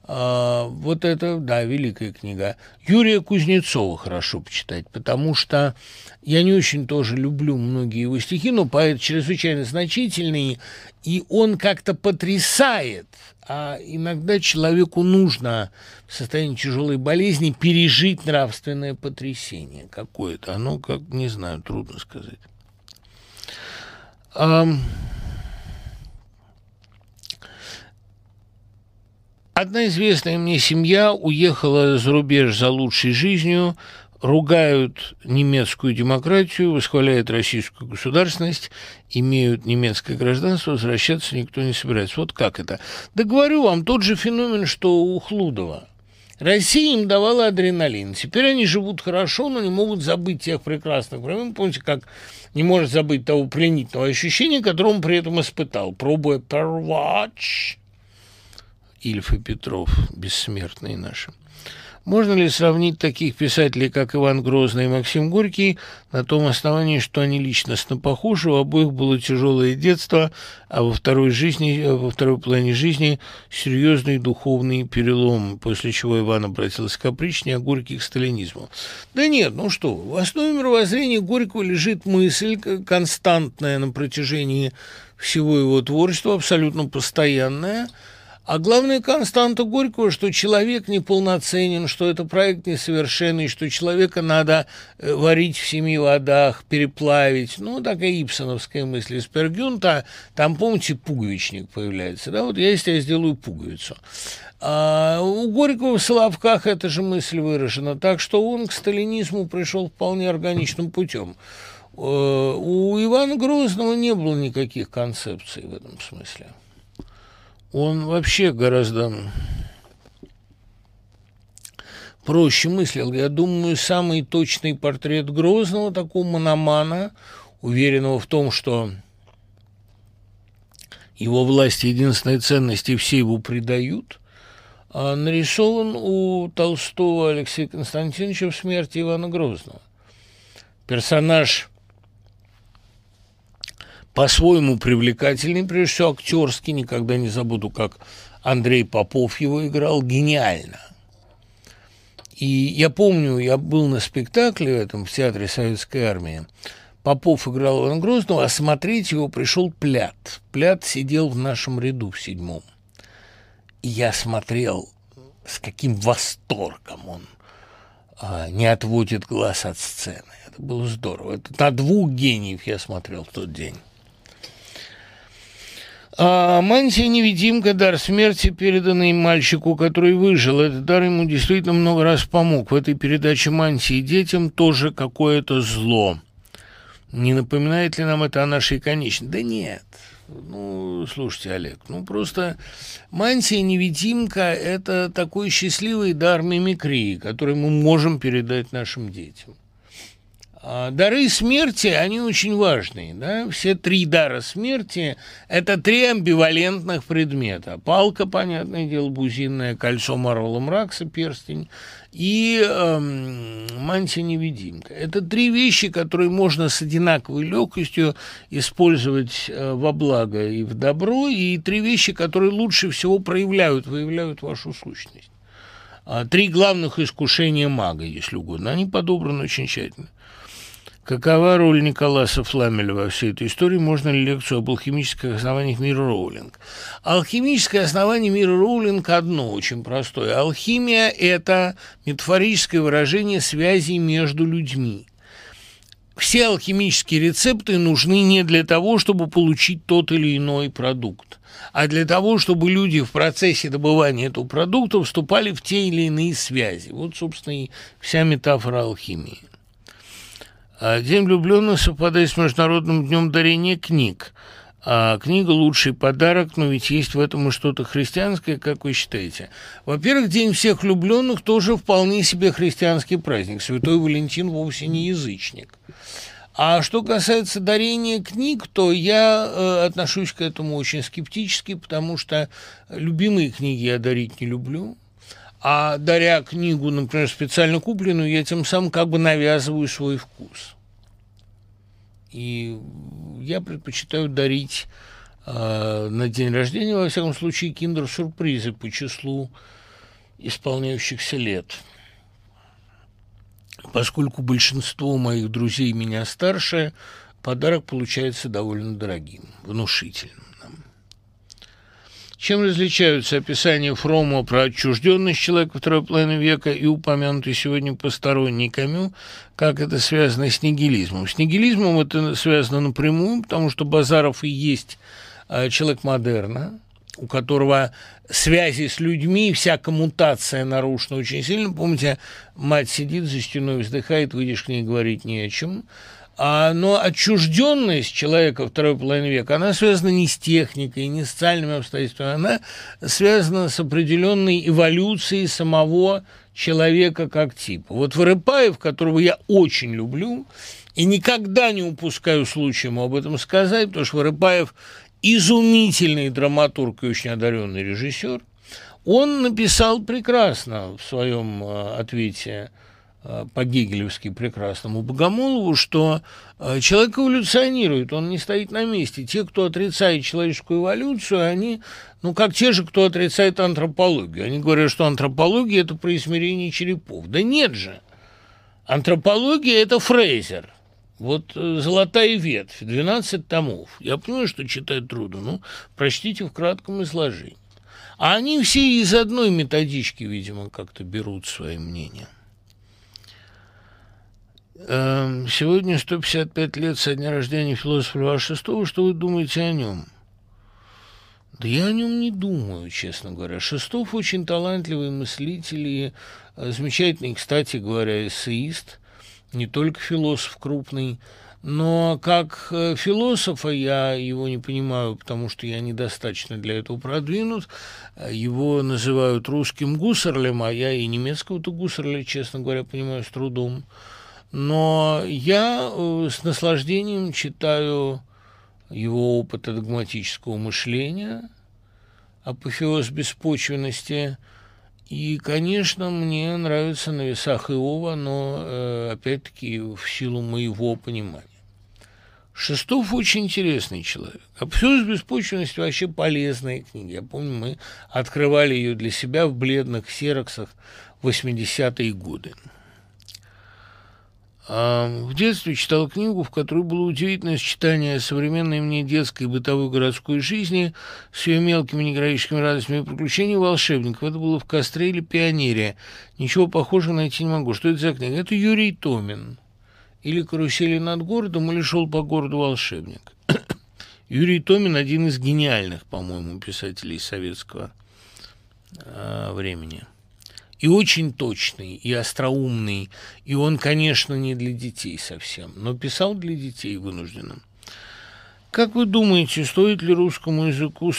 Вот это, да, великая книга. Юрия Кузнецова хорошо почитать, потому что я не очень тоже люблю многие его стихи, но поэт чрезвычайно значительный, и он как-то потрясает. А иногда человеку нужно в состоянии тяжелой болезни пережить нравственное потрясение какое-то. Оно, как, не знаю, трудно сказать. Одна известная мне семья уехала за рубеж за лучшей жизнью, ругают немецкую демократию, восхваляют российскую государственность, имеют немецкое гражданство, возвращаться никто не собирается. Вот как это? Да говорю вам, тот же феномен, что у Хлудова. Россия им давала адреналин. Теперь они живут хорошо, но не могут забыть тех прекрасных времен. Помните, как не может забыть того пленительного ощущения, которое он при этом испытал, пробуя первач. Ильф и Петров, бессмертные наши. Можно ли сравнить таких писателей, как Иван Грозный и Максим Горький, на том основании, что они личностно похожи, у обоих было тяжелое детство, а во второй половине жизни серьезный духовный перелом, после чего Иван обратился к опричнине, а Горький к сталинизму? Да нет, ну что, в основе мировоззрения Горького лежит мысль, константная на протяжении всего его творчества, абсолютно постоянная. А главная константа Горького, что человек неполноценен, что это проект несовершенный, что человека надо варить в 7 водах, переплавить. Ну, такая ипсоновская мысль из Пергюнта. Там, помните, пуговичник появляется. Да, вот я из тебя сделаю пуговицу. А у Горького в Соловках эта же мысль выражена. Так что он к сталинизму пришел вполне органичным путем. У Ивана Грозного не было никаких концепций в этом смысле. Он вообще гораздо проще мыслил. Я думаю, самый точный портрет Грозного, такого мономана, уверенного в том, что его власть — единственная ценность, и все его предают, нарисован у Толстого Алексея Константиновича в «Смерти Ивана Грозного». Персонаж по-своему привлекательный, прежде всего актерский, никогда не забуду, как Андрей Попов его играл, гениально. И я помню, я был на спектакле этом в Театре Советской Армии, Попов играл Ивана Грозного, а смотреть его пришел Плят. Плят сидел в нашем ряду в 7-м. И я смотрел, с каким восторгом он не отводит глаз от сцены. Это было здорово. Это на 2 гениев я смотрел в тот день. Мантия-невидимка, дар смерти, переданный мальчику, который выжил. Этот дар ему действительно много раз помог. В этой передаче мантии детям тоже какое-то зло. Не напоминает ли нам это о нашей конечности? Да нет. Ну, слушайте, Олег, просто мантия-невидимка – это такой счастливый дар мимикрии, который мы можем передать нашим детям. Дары смерти, они очень важные. Да? Все 3 дара смерти – это 3 амбивалентных предмета. Палка, понятное дело, бузинная, кольцо Марвела Мракса, перстень, и мантия-невидимка. Это 3 вещи, которые можно с одинаковой легкостью использовать во благо и в добро, и 3 вещи, которые лучше всего выявляют вашу сущность. 3 главных искушения мага, если угодно. Они подобраны очень тщательно. Какова роль Николаса Фламеля во всей этой истории? Можно ли лекцию об алхимических основаниях мира Роулинг? Алхимическое основание мира Роулинг одно, очень простое. Алхимия – это метафорическое выражение связей между людьми. Все алхимические рецепты нужны не для того, чтобы получить тот или иной продукт, а для того, чтобы люди в процессе добывания этого продукта вступали в те или иные связи. Вот, собственно, и вся метафора алхимии. День влюбленных совпадает с Международным днем дарения книг. Книга – лучший подарок, но ведь есть в этом и что-то христианское, как вы считаете? Во-первых, День всех влюбленных тоже вполне себе христианский праздник. Святой Валентин вовсе не язычник. А что касается дарения книг, то я отношусь к этому очень скептически, потому что любимые книги я дарить не люблю. А даря книгу, например, специально купленную, я тем самым как бы навязываю свой вкус. И я предпочитаю дарить на день рождения, во всяком случае, киндер-сюрпризы по числу исполняющихся лет. Поскольку большинство моих друзей меня старше, подарок получается довольно дорогим, внушительным. Чем различаются описания Фрома про отчужденность человека второй половины века и упомянутый сегодня посторонний Камю, как это связано с нигилизмом? С нигилизмом это связано напрямую, потому что Базаров и есть человек модерна, у которого связи с людьми, вся коммутация нарушена очень сильно. Помните, мать сидит за стеной, вздыхает, выйдешь к ней говорить не о чем. Но отчужденность человека второй половины века, она связана не с техникой, не с социальными обстоятельствами, она связана с определенной эволюцией самого человека как типа. Вот Вырыпаев, которого я очень люблю, и никогда не упускаю случая ему об этом сказать, потому что Вырыпаев изумительный драматург и очень одаренный режиссер, он написал прекрасно в своем ответе по-гегелевски прекрасному Богомолову, что человек эволюционирует, он не стоит на месте. Те, кто отрицает человеческую эволюцию, они, как те же, кто отрицает антропологию. Они говорят, что антропология – это происмерение черепов. Да нет же. Антропология – это Фрейзер. Вот «Золотая ветвь», 12 томов. Я понимаю, что читать трудно, прочтите в кратком изложении. А они все из одной методички, видимо, как-то берут свои мнения. Сегодня 155 лет со дня рождения философа Льва Шестого. Что вы думаете о нем? Да я о нем не думаю, честно говоря. Шестов очень талантливый мыслитель и замечательный, кстати говоря, эссеист, не только философ крупный, но как философа я его не понимаю, потому что я недостаточно для этого продвинут. Его называют русским Гуссерлем, а я и немецкого-то Гуссерля, честно говоря, понимаю с трудом. Но я с наслаждением читаю его опыт догматического мышления, апофеоз беспочвенности, и, конечно, мне нравится «На весах Иова», но, опять-таки, в силу моего понимания. Шестов очень интересный человек. «Апофеоз беспочвенности» вообще полезная книга. Я помню, мы открывали ее для себя в бледных ксероксах в 80-е годы. В детстве читал книгу, в которой было удивительное сочетание современной мне детской и бытовой городской жизни с ее мелкими негероическими радостями и приключениями волшебников. Это было в «Костре» или «Пионере». Ничего похожего найти не могу. Что это за книга? Это Юрий Томин. Или «Карусели над городом», или «Шел по городу волшебник». Юрий Томин – один из гениальных, по-моему, писателей советского времени. И очень точный, и остроумный, и он, конечно, не для детей совсем, но писал для детей вынужденно. Как вы думаете, стоило ли русскому языку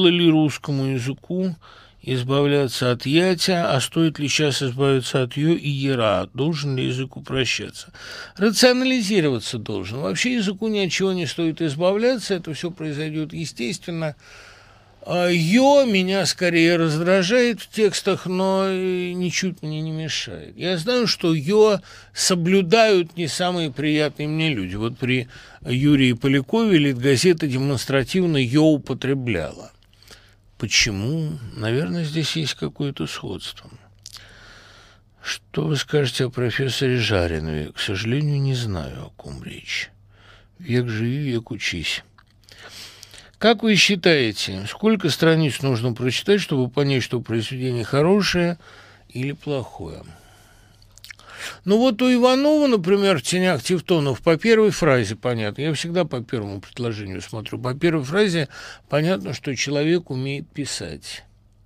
избавляться от ятя, а стоит ли сейчас избавиться от ё и яра? Должен ли язык упрощаться? Рационализироваться должен. Вообще языку ни от чего не стоит избавляться, это все произойдет естественно. «Ё» меня скорее раздражает в текстах, но ничуть мне не мешает. Я знаю, что «ё» соблюдают не самые приятные мне люди. Вот при Юрии Полякове Литгазета демонстративно «ё» употребляла. Почему? Наверное, здесь есть какое-то сходство. Что вы скажете о профессоре Жаринове? К сожалению, не знаю, о ком речь. Век живи, век учись. Как вы считаете, сколько страниц нужно прочитать, чтобы понять, что произведение хорошее или плохое? Вот у Иванова, например, в «Тенях Тевтонов» по первой фразе понятно. Я всегда по первому предложению смотрю. По первой фразе понятно, что человек умеет писать.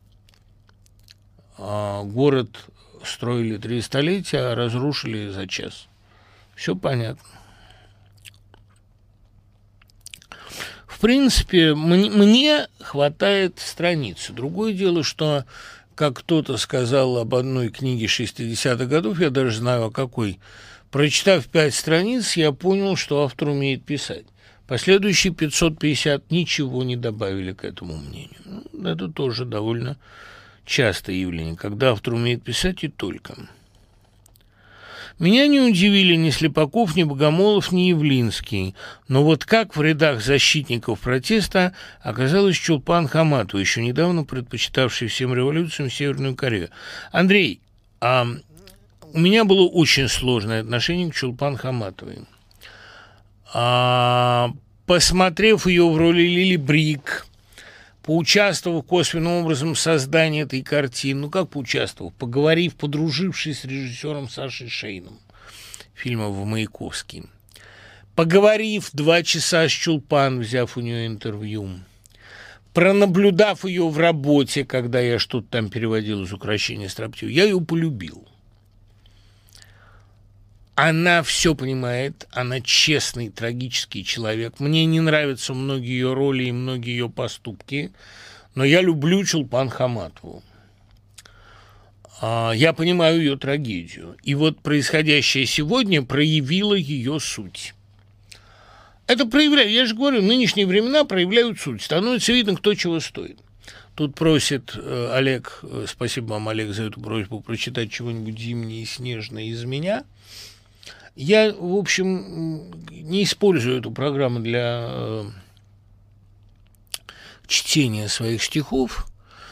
Город строили 3 столетия, а разрушили за час. Все понятно. В принципе, мне хватает страницы. Другое дело, что, как кто-то сказал об одной книге 60-х годов, я даже знаю о какой, прочитав 5 страниц, я понял, что автор умеет писать. Последующие 550 ничего не добавили к этому мнению. Это тоже довольно частое явление, когда автор умеет писать и только. Меня не удивили ни Слепаков, ни Богомолов, ни Явлинский. Но вот как в рядах защитников протеста оказалась Чулпан Хаматова, еще недавно предпочитавшая всем революциям Северную Корею. Андрей, у меня было очень сложное отношение к Чулпан Хаматовой. Посмотрев ее в роли Лили Брик, поучаствовав косвенным образом в создании этой картины, как поучаствовав, поговорив, подружившись с режиссером Сашей Шейном фильма «В Маяковский», поговорив 2 часа с Чулпан, взяв у нее интервью, пронаблюдав ее в работе, когда я что-то там переводил из «Укрощения строптивого», я ее полюбил. Она все понимает, она честный, трагический человек. Мне не нравятся многие ее роли и многие ее поступки, но я люблю Чулпан Хаматову. Я понимаю ее трагедию. И вот происходящее сегодня проявило ее суть. Это проявляет, я же говорю, нынешние времена проявляют суть. Становится видно, кто чего стоит. Тут просит Олег, спасибо вам, Олег, за эту просьбу, прочитать чего-нибудь зимнее и снежное из меня. Я, в общем, не использую эту программу для чтения своих стихов,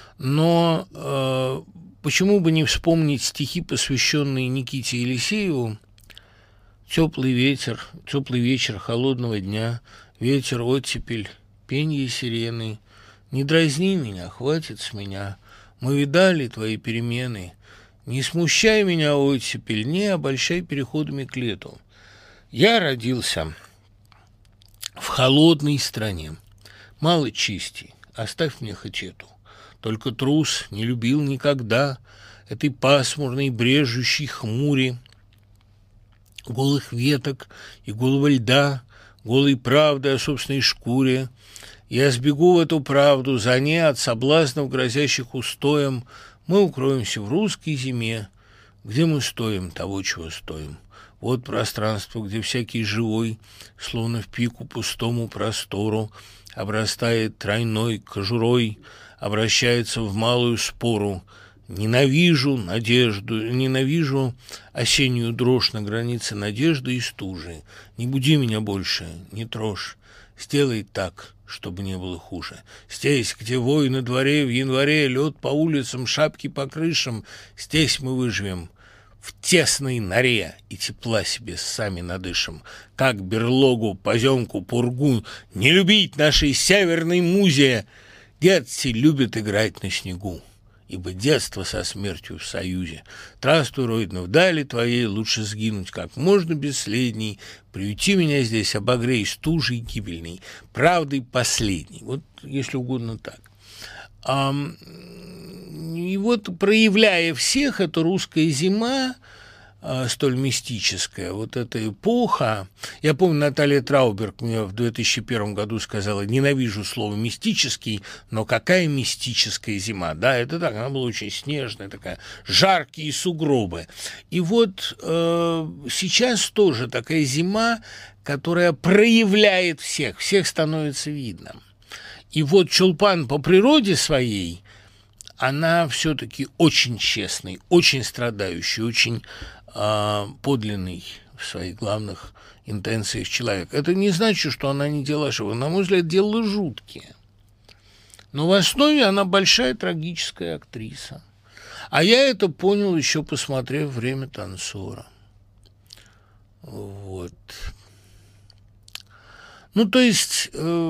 но почему бы не вспомнить стихи, посвященные Никите Елисееву? Теплый вечер холодного дня, ветер, оттепель, пенье сирены. Не дразни меня, хватит с меня, мы видали твои перемены. Не смущай меня, оттепель, не обольщай переходами к лету. Я родился в холодной стране. Мало чести, оставь мне хоть эту. Только трус не любил никогда этой пасмурной, брежущей хмури, голых веток и голого льда, голой правды о собственной шкуре. Я сбегу в эту правду за ней от соблазнов, грозящих устоем. Мы укроемся в русской зиме, где мы стоим того, чего стоим. Вот пространство, где всякий живой, словно в пику пустому простору, обрастает тройной кожурой, обращается в малую спору. Ненавижу осеннюю дрожь на границе надежды и стужи. Не буди меня больше, не трожь. Сделай так, чтобы не было хуже. Здесь, где вой на дворе в январе, лед по улицам, шапки по крышам, здесь мы выживем в тесной норе и тепла себе сами надышим. Как берлогу, поземку, пургу не любить нашей северной музе. Детки любят играть на снегу, ибо детство со смертью в союзе. Здравствуй, Родина, вдали твоей лучше сгинуть как можно бесследней. Приюти меня здесь, обогрей стужей гибельной, правдой последней. Вот, если угодно, так. И вот, проявляя всех, эта русская зима, столь мистическая, вот эта эпоха. Я помню, Наталья Трауберг мне в 2001 году сказала: ненавижу слово «мистический», но какая мистическая зима. Да, это так, она была очень снежная, такая, жаркие сугробы. И вот сейчас тоже такая зима, которая проявляет всех становится видно. И вот Чулпан по природе своей, она все-таки очень честный, очень страдающий, очень подлинный в своих главных интенциях человек. Это не значит, что она не делала ошибок. На мой взгляд, делала жуткие. Но в основе она большая трагическая актриса. А я это понял, еще посмотрев «Время танцора». Вот. Ну, то есть,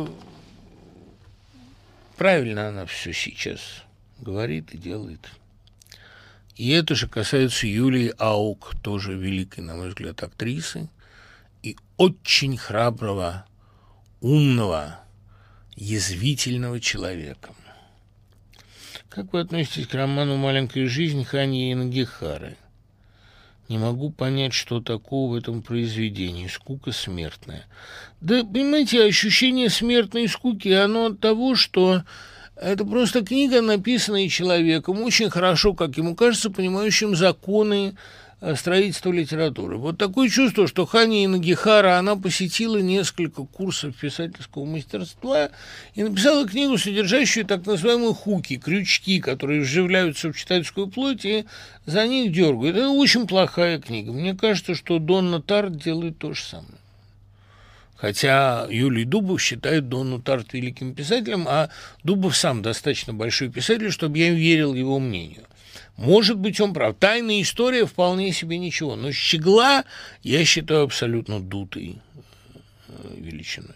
правильно она все сейчас говорит и делает. И это же касается Юлии Аук, тоже великой, на мой взгляд, актрисы, и очень храброго, умного, язвительного человека. Как вы относитесь к роману «Маленькая жизнь» Хани Нагихары? Не могу понять, что такого в этом произведении. Скука смертная. Да, понимаете, ощущение смертной скуки, оно от того, что это просто книга, написанная человеком, очень хорошо, как ему кажется, понимающим законы строительства литературы. Вот такое чувство, что Хани Нагихара, она посетила несколько курсов писательского мастерства и написала книгу, содержащую так называемые хуки, крючки, которые вживляются в читательскую плоть и за них дергают. Это очень плохая книга. Мне кажется, что Донна Тарт делает то же самое. Хотя Юлий Дубов считает Донну Тарт великим писателем, а Дубов сам достаточно большой писатель, чтобы я верил его мнению. Может быть, он прав. Тайная история вполне себе ничего. Но Щегла я считаю абсолютно дутой величиной.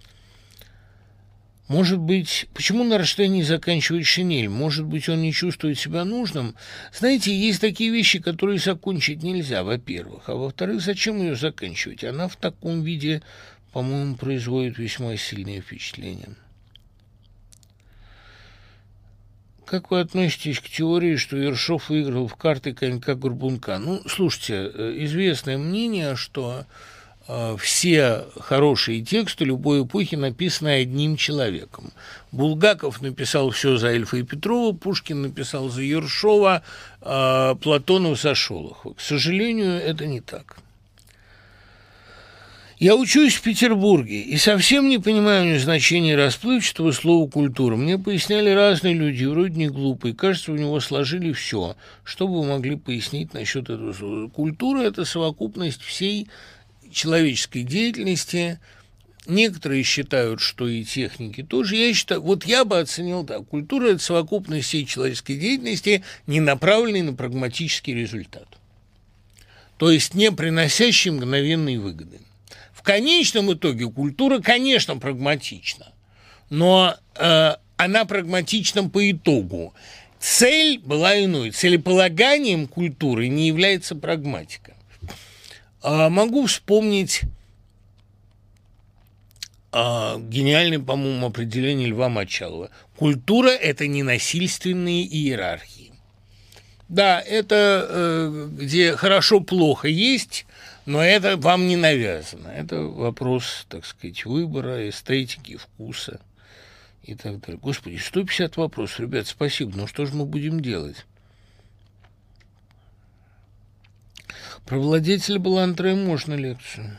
Может быть, почему Нарштейн не заканчивает «Шинель»? Может быть, он не чувствует себя нужным? Знаете, есть такие вещи, которые закончить нельзя, во-первых. А во-вторых, зачем ее заканчивать? Она в таком виде, по-моему, производит весьма сильное впечатление. Как вы относитесь к теории, что Ершов выиграл в карты конька-горбунка? Ну, слушайте, известное мнение, что все хорошие тексты любой эпохи написаны одним человеком. Булгаков написал все за Эльфа и Петрова, Пушкин написал за Ершова, Платонов за Шолохова. К сожалению, это не так. Я учусь в Петербурге и совсем не понимаю значения расплывчатого слова «культура». Мне поясняли разные люди, вроде не глупые. Кажется, у него сложили все. Что бы вы могли пояснить насчет этого слова? Культура – это совокупность всей человеческой деятельности. Некоторые считают, что и техники тоже. Я считаю, вот я бы оценил так. Культура – это совокупность всей человеческой деятельности, не направленной на прагматический результат. То есть не приносящий мгновенной выгоды. В конечном итоге культура, конечно, прагматична, но она прагматична по итогу. Цель была иной. Целеполаганием культуры не является прагматика. Могу вспомнить гениальное, по-моему, определение Льва Мочалова. Культура – это ненасильственные иерархии. Да, это где хорошо-плохо есть, но это вам не навязано. Это вопрос, так сказать, выбора, эстетики, вкуса и так далее. Господи, 150 вопросов. Ребят, спасибо. Но что же мы будем делать? Про владельца Балантрея можно лекцию?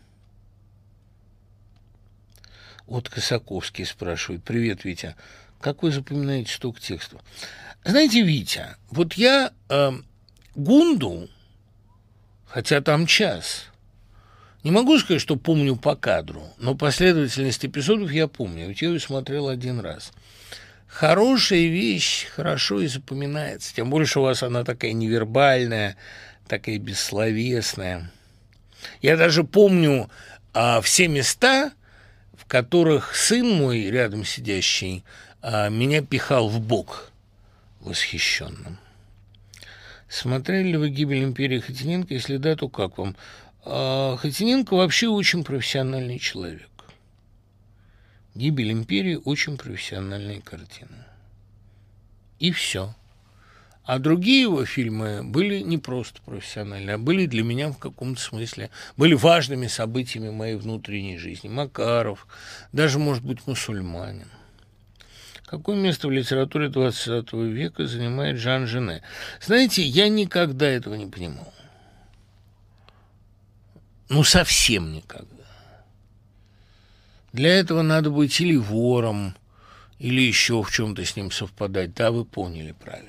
Вот Косаковский спрашивает. Привет, Витя. Как вы запоминаете столько текстов? Знаете, Витя, вот я Гунду, хотя там час, не могу сказать, что помню по кадру, но последовательность эпизодов я помню. Ведь я ее смотрел один раз. Хорошая вещь, хорошо и запоминается. Тем больше у вас она такая невербальная, такая бессловесная. Я даже помню все места, в которых сын мой, рядом сидящий, меня пихал в бок восхищенным. Смотрели ли вы «Гибель империи» Хотиненко? Если да, то как вам? Хотиненко вообще очень профессиональный человек. «Гибель империи» очень профессиональная картина. И все. А другие его фильмы были не просто профессиональные, а были для меня в каком-то смысле, были важными событиями моей внутренней жизни. Макаров, даже, может быть, «Мусульманин». Какое место в литературе XX века занимает Жан Жене? Знаете, я никогда этого не понимал. Ну, совсем никогда. Для этого надо быть или вором, или еще в чем-то с ним совпадать. Да, вы поняли правильно.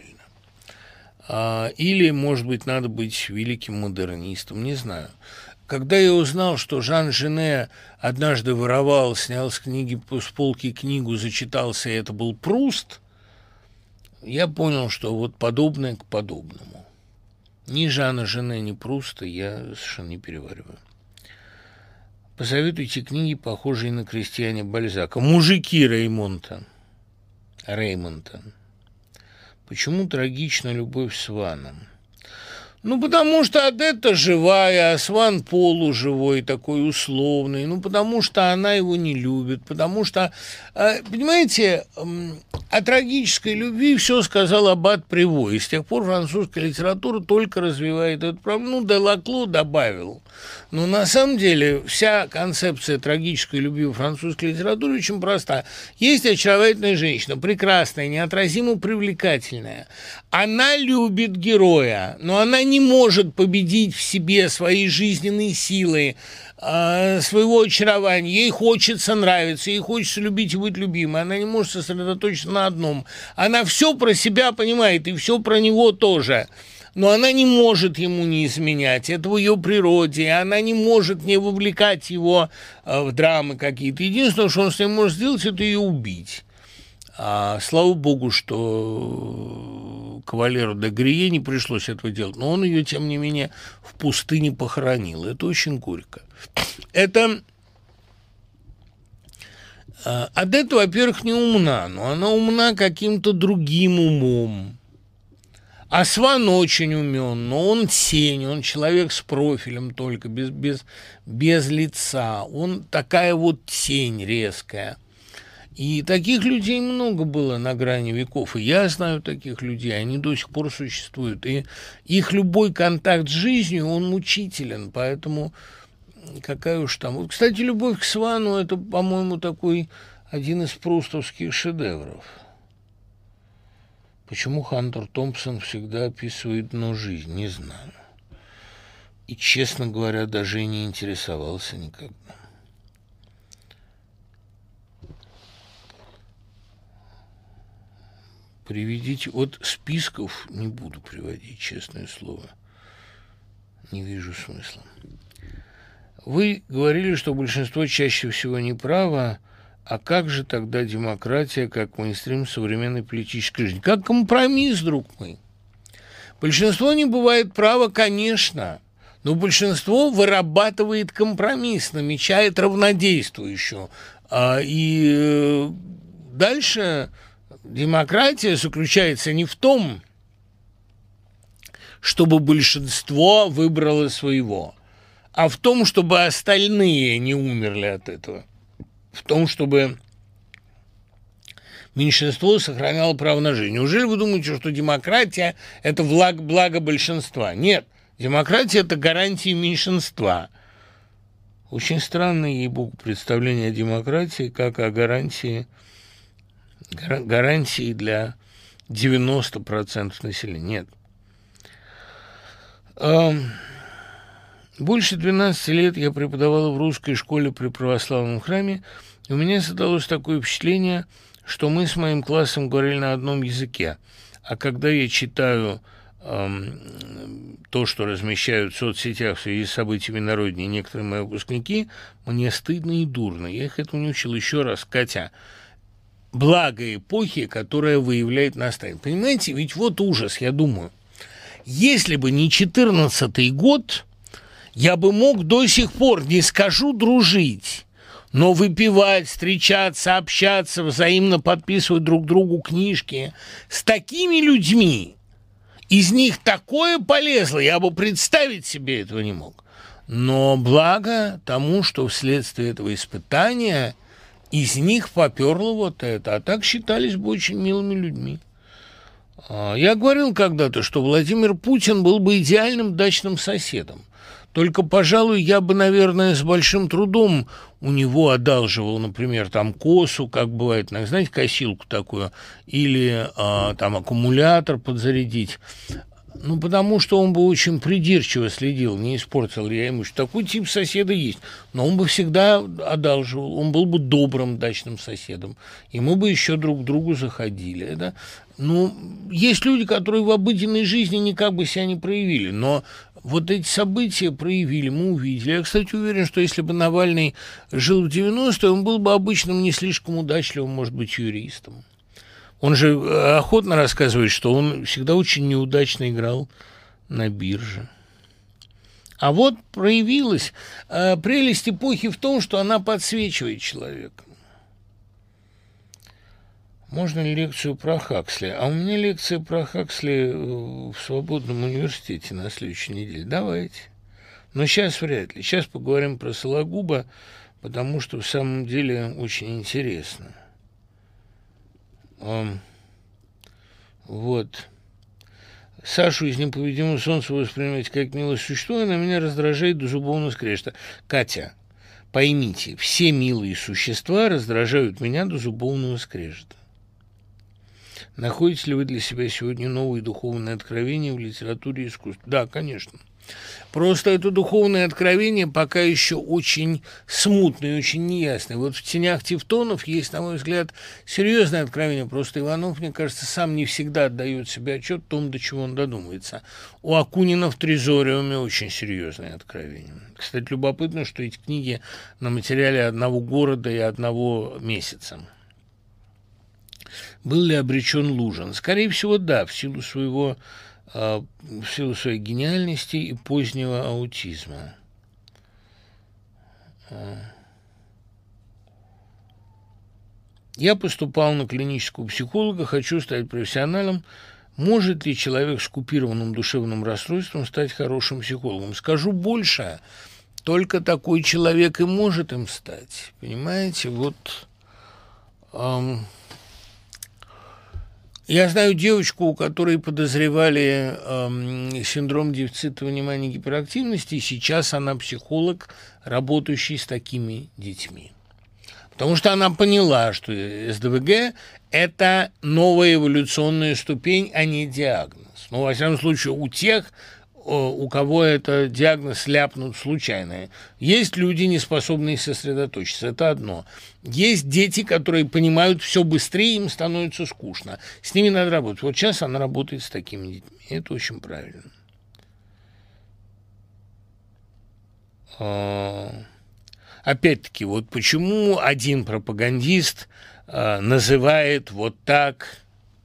Или, может быть, надо быть великим модернистом, не знаю. Когда я узнал, что Жан Жене однажды воровал, снял с полки книгу, зачитался, и это был Пруст, я понял, что вот подобное к подобному. Ни Жана Жене, ни Пруста я совершенно не перевариваю. Посоветуйте книги, похожие на «Крестьяне» Бальзака. «Мужики» Реймонта. Почему трагична любовь с Ваном? Ну, потому что Адетта живая, а Сван полуживой, такой условный. Ну, потому что она его не любит. Потому что, понимаете, О трагической любви все сказал аббат Приво, и с тех пор французская литература только развивает эту проблему. Ну, Делакло добавил. Но на самом деле вся концепция трагической любви в французской литературе очень проста. Есть очаровательная женщина, прекрасная, неотразимо привлекательная. Она любит героя, но она не может победить в себе свои жизненные силы, своего очарования. Ей хочется нравиться, ей хочется любить и быть любимой. Она не может сосредоточиться на одном. Она все про себя понимает, и все про него тоже. Но она не может ему не изменять. Это в ее природе. И она не может не вовлекать его в драмы какие-то. Единственное, что он с ним может сделать, это ее убить. Слава богу, что кавалеру де Грие не пришлось этого делать. Но он ее, тем не менее, в пустыне похоронил. Это очень горько. Это... Адетта, во-первых, не умна, но она умна каким-то другим умом. А Сван очень умен, но он тень, он человек с профилем только, без лица. Он такая вот тень резкая. И таких людей много было на грани веков, и я знаю таких людей, они до сих пор существуют. И их любой контакт с жизнью, он мучителен, поэтому какая уж там... Вот, кстати, «Любовь к Свану» — это, по-моему, такой один из прустовских шедевров. Почему Хантер Томпсон всегда описывает дно жизни, не знаю. И, честно говоря, даже и не интересовался никогда. Приведите... Вот списков не буду приводить, честное слово. Не вижу смысла. Вы говорили, что большинство чаще всего не право, а как же тогда демократия, как мейнстрим современной политической жизни? Как компромисс, друг мой. Большинство не бывает право, конечно, но большинство вырабатывает компромисс, намечает равнодействующую. И дальше демократия заключается не в том, чтобы большинство выбрало своего, а в том, чтобы остальные не умерли от этого. В том, чтобы меньшинство сохраняло право на жизнь. Неужели вы думаете, что демократия – это благо большинства? Нет, демократия – это гарантия меньшинства. Очень странное, ей-богу, представление о демократии как о гарантии для 90% населения. Нет. Больше 12 лет я преподавала в русской школе при православном храме, и у меня создалось такое впечатление, что мы с моим классом говорили на одном языке. А когда я читаю то, что размещают в соцсетях в связи с событиями на родине некоторые мои выпускники, мне стыдно и дурно. Я их этому не учил. Еще раз, Катя, благо эпохи, которая выявляет настроение. Понимаете, ведь вот ужас, я думаю. Если бы не 14-й год... я бы мог до сих пор, не скажу дружить, но выпивать, встречаться, общаться, взаимно подписывать друг другу книжки с такими людьми. Из них такое полезло, я бы представить себе этого не мог. Но благо тому, что вследствие этого испытания из них поперло вот это, а так считались бы очень милыми людьми. Я говорил когда-то, что Владимир Путин был бы идеальным дачным соседом. Только, пожалуй, я бы, наверное, с большим трудом у него одалживал, например, там косу, как бывает, знаете, косилку такую, или там аккумулятор подзарядить. Ну, потому что он бы очень придирчиво следил, не испортил ли я имущество. Такой тип соседа есть, но он бы всегда одалживал, он был бы добрым дачным соседом, и мы бы еще друг к другу заходили. Это, есть люди, которые в обыденной жизни никак бы себя не проявили, но вот эти события проявили, мы увидели. Я, кстати, уверен, что если бы Навальный жил в 90-е, он был бы обычным, не слишком удачливым, может быть, юристом. Он же охотно рассказывает, что он всегда очень неудачно играл на бирже. А вот проявилась прелесть эпохи в том, что она подсвечивает человека. Можно ли лекцию про Хаксли? А у меня лекция про Хаксли в Свободном университете на следующей неделе. Давайте. Но сейчас вряд ли. Сейчас поговорим про Сологуба, потому что в самом деле очень интересно. Вот. Сашу из «Непобедимого солнца» воспринимать как милое существо, она меня раздражает до зубовного скрежета. Катя, поймите, все милые существа раздражают меня до зубовного скрежета. Находите ли вы для себя сегодня новые духовные откровения в литературе и искусстве? Да, конечно. Просто это духовное откровение пока еще очень смутное и очень неясное. Вот в «Тенях Тевтонов» есть, на мой взгляд, серьезное откровение. Просто Иванов, мне кажется, сам не всегда отдает себе отчет в том, до чего он додумается. У Акунина в «Трезориуме» очень серьезное откровение. Кстати, любопытно, что эти книги на материале одного города и одного месяца. Был ли обречен Лужин? Скорее всего, да, в силу своей гениальности и позднего аутизма. Я поступал на клинического психолога, хочу стать профессионалом. Может ли человек с купированным душевным расстройством стать хорошим психологом? Скажу больше, только такой человек и может им стать. Понимаете, вот... Я знаю девочку, у которой подозревали синдром дефицита внимания и гиперактивности, и сейчас она психолог, работающий с такими детьми. Потому что она поняла, что СДВГ – это новая эволюционная ступень, а не диагноз. Ну, во всяком случае, у тех, у кого это диагноз ляпнут случайно. Есть люди, не способные сосредоточиться, это одно. Есть дети, которые понимают все быстрее, им становится скучно. С ними надо работать. Вот сейчас она работает с такими детьми. Это очень правильно. Опять-таки, вот почему один пропагандист называет вот так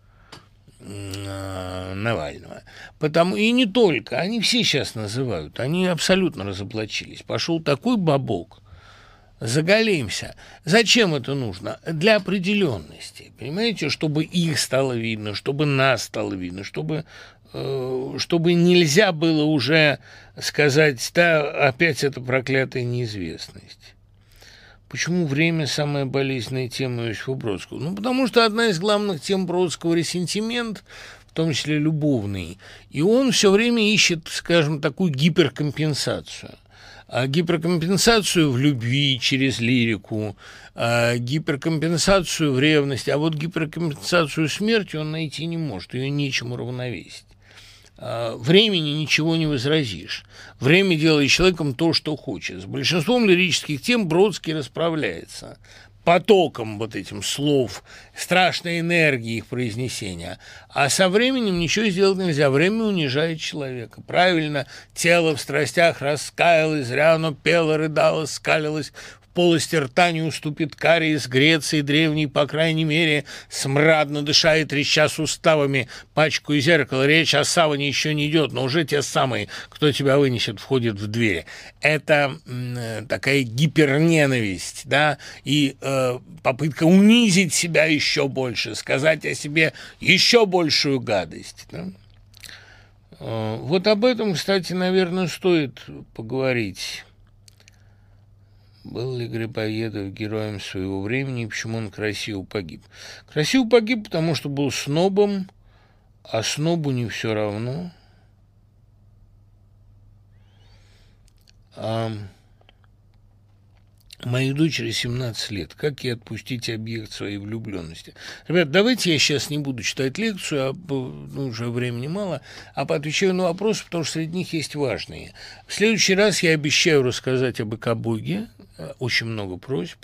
Навального. Потому и не только, они все сейчас называют, они абсолютно разоблачились. Пошел такой бабок, заголимся. Зачем это нужно? Для определенности, понимаете, чтобы их стало видно, чтобы нас стало видно, чтобы нельзя было уже сказать, да, опять эта проклятая неизвестность. Почему время – самая болезненная тема Иосифа Бродского? Ну, потому что одна из главных тем Бродского – ресентимент, в том числе любовный. И он все время ищет, скажем, такую гиперкомпенсацию. Гиперкомпенсацию в любви через лирику, гиперкомпенсацию в ревности. А вот гиперкомпенсацию смерти он найти не может, ее нечем уравновесить. Времени ничего не возразишь. Время делает человеком то, что хочет. С большинством лирических тем Бродский расправляется потоком вот этим слов, страшной энергии их произнесения. А со временем ничего сделать нельзя. Время унижает человека. Правильно, тело в страстях раскаялось, зря оно пело, рыдало, скалилось. В полости рта не уступит кариес, Греции древней, по крайней мере, смрадно дышает, треща суставами, пачку и зеркало. Речь о саване еще не идет, но уже те самые, кто тебя вынесет, входят в двери. Это такая гиперненависть, да, и попытка унизить себя еще больше, сказать о себе еще большую гадость. Да? Вот об этом, кстати, наверное, стоит поговорить. Был ли Грибоедов героем своего времени и почему он красиво погиб? Красиво погиб, потому что был снобом, а снобу не все равно. Моей дочери 17 лет. Как ей отпустить объект своей влюбленности? Ребят, давайте я сейчас не буду читать лекцию, уже времени мало, а поотвечаю на вопросы, потому что среди них есть важные. В следующий раз я обещаю рассказать об Экобоге. Очень много просьб.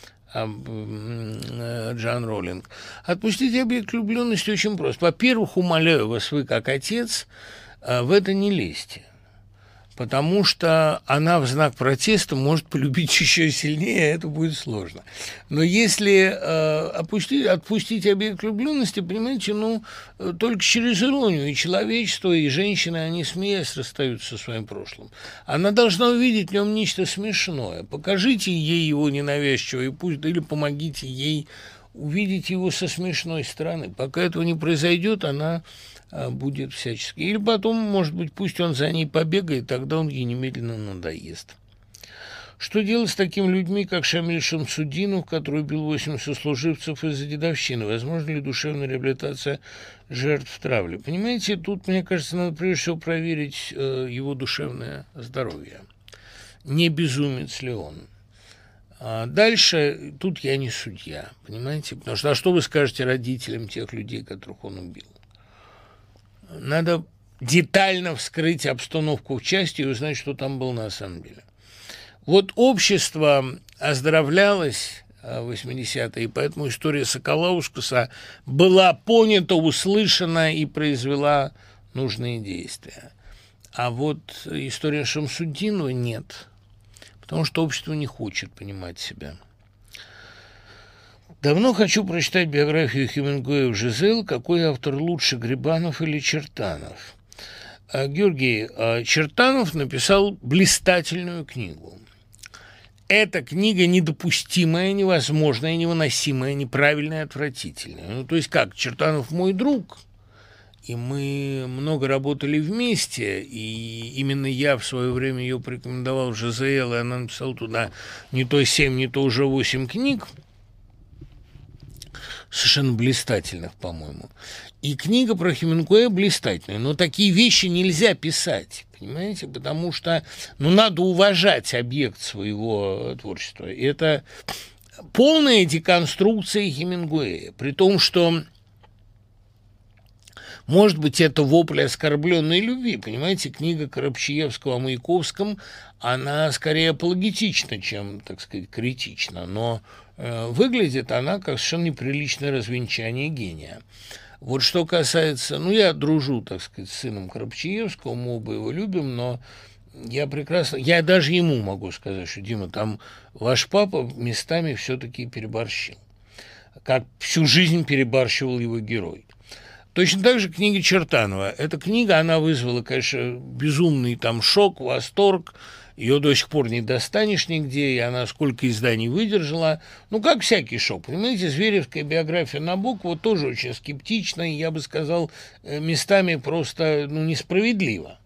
Джоан Роулинг. Отпустить объект влюбленности очень просто. Во-первых, умоляю вас, вы как отец, в это не лезьте. Потому что она в знак протеста может полюбить еще сильнее, а это будет сложно. Но если отпустить объект влюбленности, понимаете, только через иронию. И человечество, и женщины, они, смеясь, расстаются со своим прошлым. Она должна увидеть в нем нечто смешное. Покажите ей его ненавязчиво, и пусть, или помогите ей увидеть его со смешной стороны. Пока этого не произойдет, она будет всячески. Или потом, может быть, пусть он за ней побегает, тогда он ей немедленно надоест. Что делать с такими людьми, как Шамиль Шамсудинов, который убил 8 сослуживцев из-за дедовщины? Возможно ли душевная реабилитация жертв травли? Понимаете, тут, мне кажется, надо прежде всего проверить его душевное здоровье. Не безумец ли он? А дальше, тут я не судья, понимаете? Потому что, а что вы скажете родителям тех людей, которых он убил? Надо детально вскрыть обстановку в части и узнать, что там было на самом деле. Вот общество оздоровлялось в 80-е, и поэтому история Соколаускаса была понята, услышана и произвела нужные действия. А вот история Шамсудинова нет, потому что общество не хочет понимать себя. Давно хочу прочитать биографию Хемингуэя в Жизел. Какой автор лучше, Грибанов или Чертанов? Георгий, Чертанов написал блистательную книгу. Эта книга недопустимая, невозможная, невыносимая, неправильная, отвратительная. Ну, то есть как, Чертанов мой друг, и мы много работали вместе, и именно я в свое время ее порекомендовал в ЖЗЛ, и она написала туда не то 7, не то уже 8 книг, совершенно блистательных, по-моему. И книга про Хемингуэя блистательная, но такие вещи нельзя писать, понимаете, потому что, надо уважать объект своего творчества. И это полная деконструкция Хемингуэя, при том, что, может быть, это вопль оскорбленной любви, понимаете, книга Коробчиевского о Маяковском, она скорее апологетична, чем, так сказать, критична, но выглядит она как совершенно неприличное развенчание гения. Вот что касается... я дружу, так сказать, с сыном Коробчиевского, мы оба его любим, но я прекрасно... Я даже ему могу сказать, что, Дима, там ваш папа местами все-таки переборщил. Как всю жизнь перебарщивал его герой. Точно так же книга Чертанова. Эта книга, она вызвала, конечно, безумный там шок, восторг. Ее до сих пор не достанешь нигде, и она сколько изданий выдержала. Как всякий шок. Понимаете, зверевская биография Набокова тоже очень скептична, и, я бы сказал, местами просто несправедливо.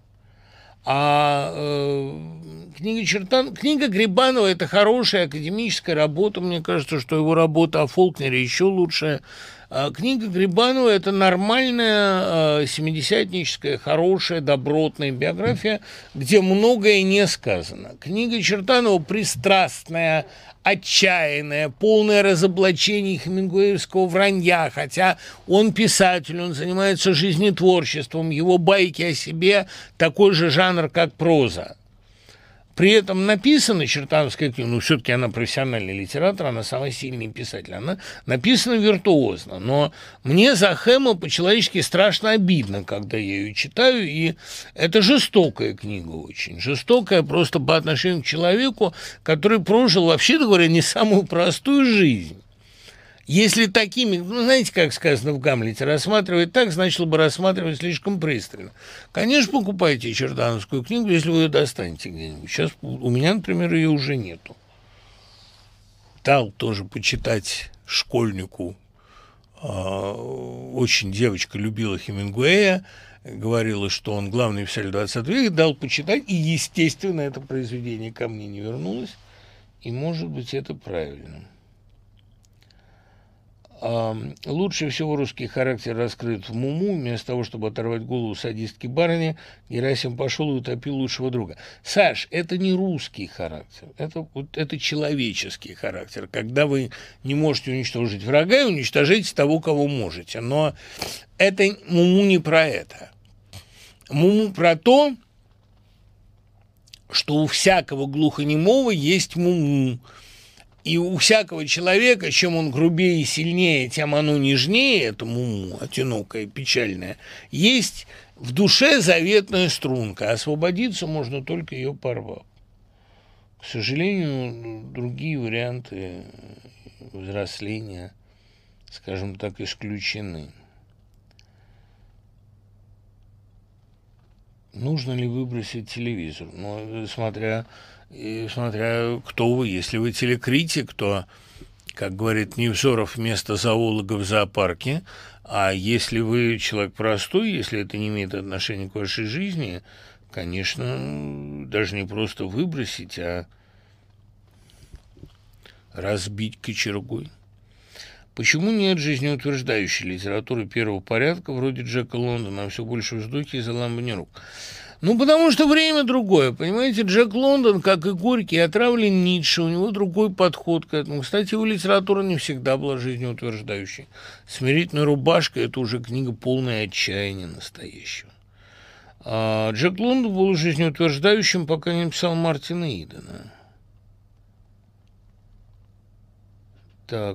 А книга Грибанова – это хорошая академическая работа. Мне кажется, что его работа о Фолкнере еще лучшая. Книга Грибанова – это нормальная семидесятническая, хорошая, добротная биография, где многое не сказано. Книга Чертанова пристрастная, отчаянная, полное разоблачение хемингуэевского вранья, хотя он писатель, он занимается жизнетворчеством, его байки о себе такой же жанр, как проза. При этом написана чертановская книга, все-таки она профессиональный литератор, она самый сильный писатель, она написана виртуозно, но мне за Хэма по-человечески страшно обидно, когда я ее читаю, и это жестокая книга очень, жестокая просто по отношению к человеку, который прожил, вообще-то говоря, не самую простую жизнь. Если такими, знаете, как сказано в Гамлете, рассматривать так, значило бы рассматривать слишком пристально. Конечно, покупайте чертановскую книгу, если вы ее достанете где-нибудь. Сейчас у меня, например, ее уже нету. Дал тоже почитать школьнику. Очень девочка любила Хемингуэя, говорила, что он главный писатель 20 века, дал почитать, и, естественно, это произведение ко мне не вернулось. И, может быть, это правильно. Лучше всего русский характер раскрыт в Муму. Вместо того, чтобы оторвать голову садистки барыни, Герасим пошел и утопил лучшего друга. Саш, это не русский характер, это человеческий характер. Когда вы не можете уничтожить врага, уничтожайте того, кого можете. Но это Муму не про это. Муму про то, что у всякого глухонемого есть Муму. И у всякого человека, чем он грубее и сильнее, тем оно нежнее, это Муму, одинокая, печальная, есть в душе заветная струнка. Освободиться можно только ее порвав. К сожалению, другие варианты взросления, скажем так, исключены. Нужно ли выбросить телевизор? Смотря кто вы. Если вы телекритик, то, как говорит Невзоров, вместо зоолога в зоопарке. А если вы человек простой, если это не имеет отношения к вашей жизни, конечно, даже не просто выбросить, а разбить кочергой. Почему нет жизнеутверждающей литературы первого порядка, вроде Джека Лондона, а все больше вздохи и заламывания рук? Ну, потому что время другое, понимаете? Джек Лондон, как и Горький, отравлен Ницше, у него другой подход к этому. Кстати, его литература не всегда была жизнеутверждающей. «Смирительная рубашка» – это уже книга полное отчаяния настоящего. А Джек Лондон был жизнеутверждающим, пока не написал Мартина Идена. Так.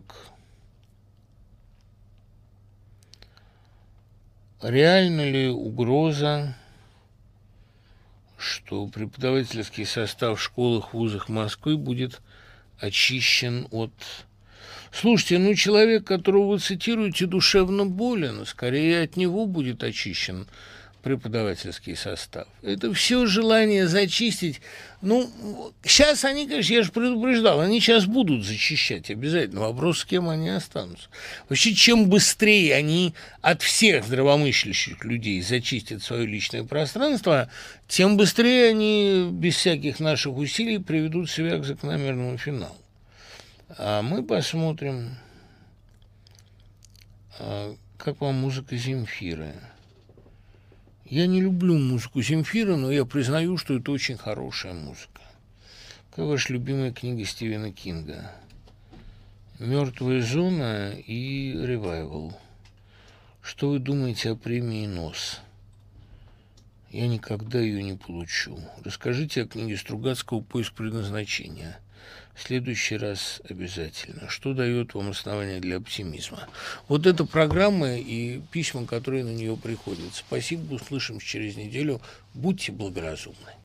Реальна ли угроза, что преподавательский состав в школах, вузах Москвы будет очищен от... Слушайте, ну человек, которого вы цитируете, душевно болен, скорее от него будет очищен преподавательский состав. Это все желание зачистить. Ну, сейчас они, конечно, я же предупреждал, они сейчас будут зачищать обязательно. Вопрос, с кем они останутся. Вообще, чем быстрее они от всех здравомыслящих людей зачистят свое личное пространство, тем быстрее они, без всяких наших усилий, приведут себя к закономерному финалу. А мы посмотрим, как вам музыка Земфиры. Я не люблю музыку Земфира, но я признаю, что это очень хорошая музыка. Какая ваша любимая книга Стивена Кинга? «Мертвая зона» и «Ревайвал». Что вы думаете о премии «НОС»? Я никогда ее не получу. Расскажите о книге Стругацкого «Поиск предназначения». В следующий раз обязательно. Что дает вам основание для оптимизма? Вот эта программа и письма, которые на нее приходят. Спасибо, услышимся через неделю. Будьте благоразумны.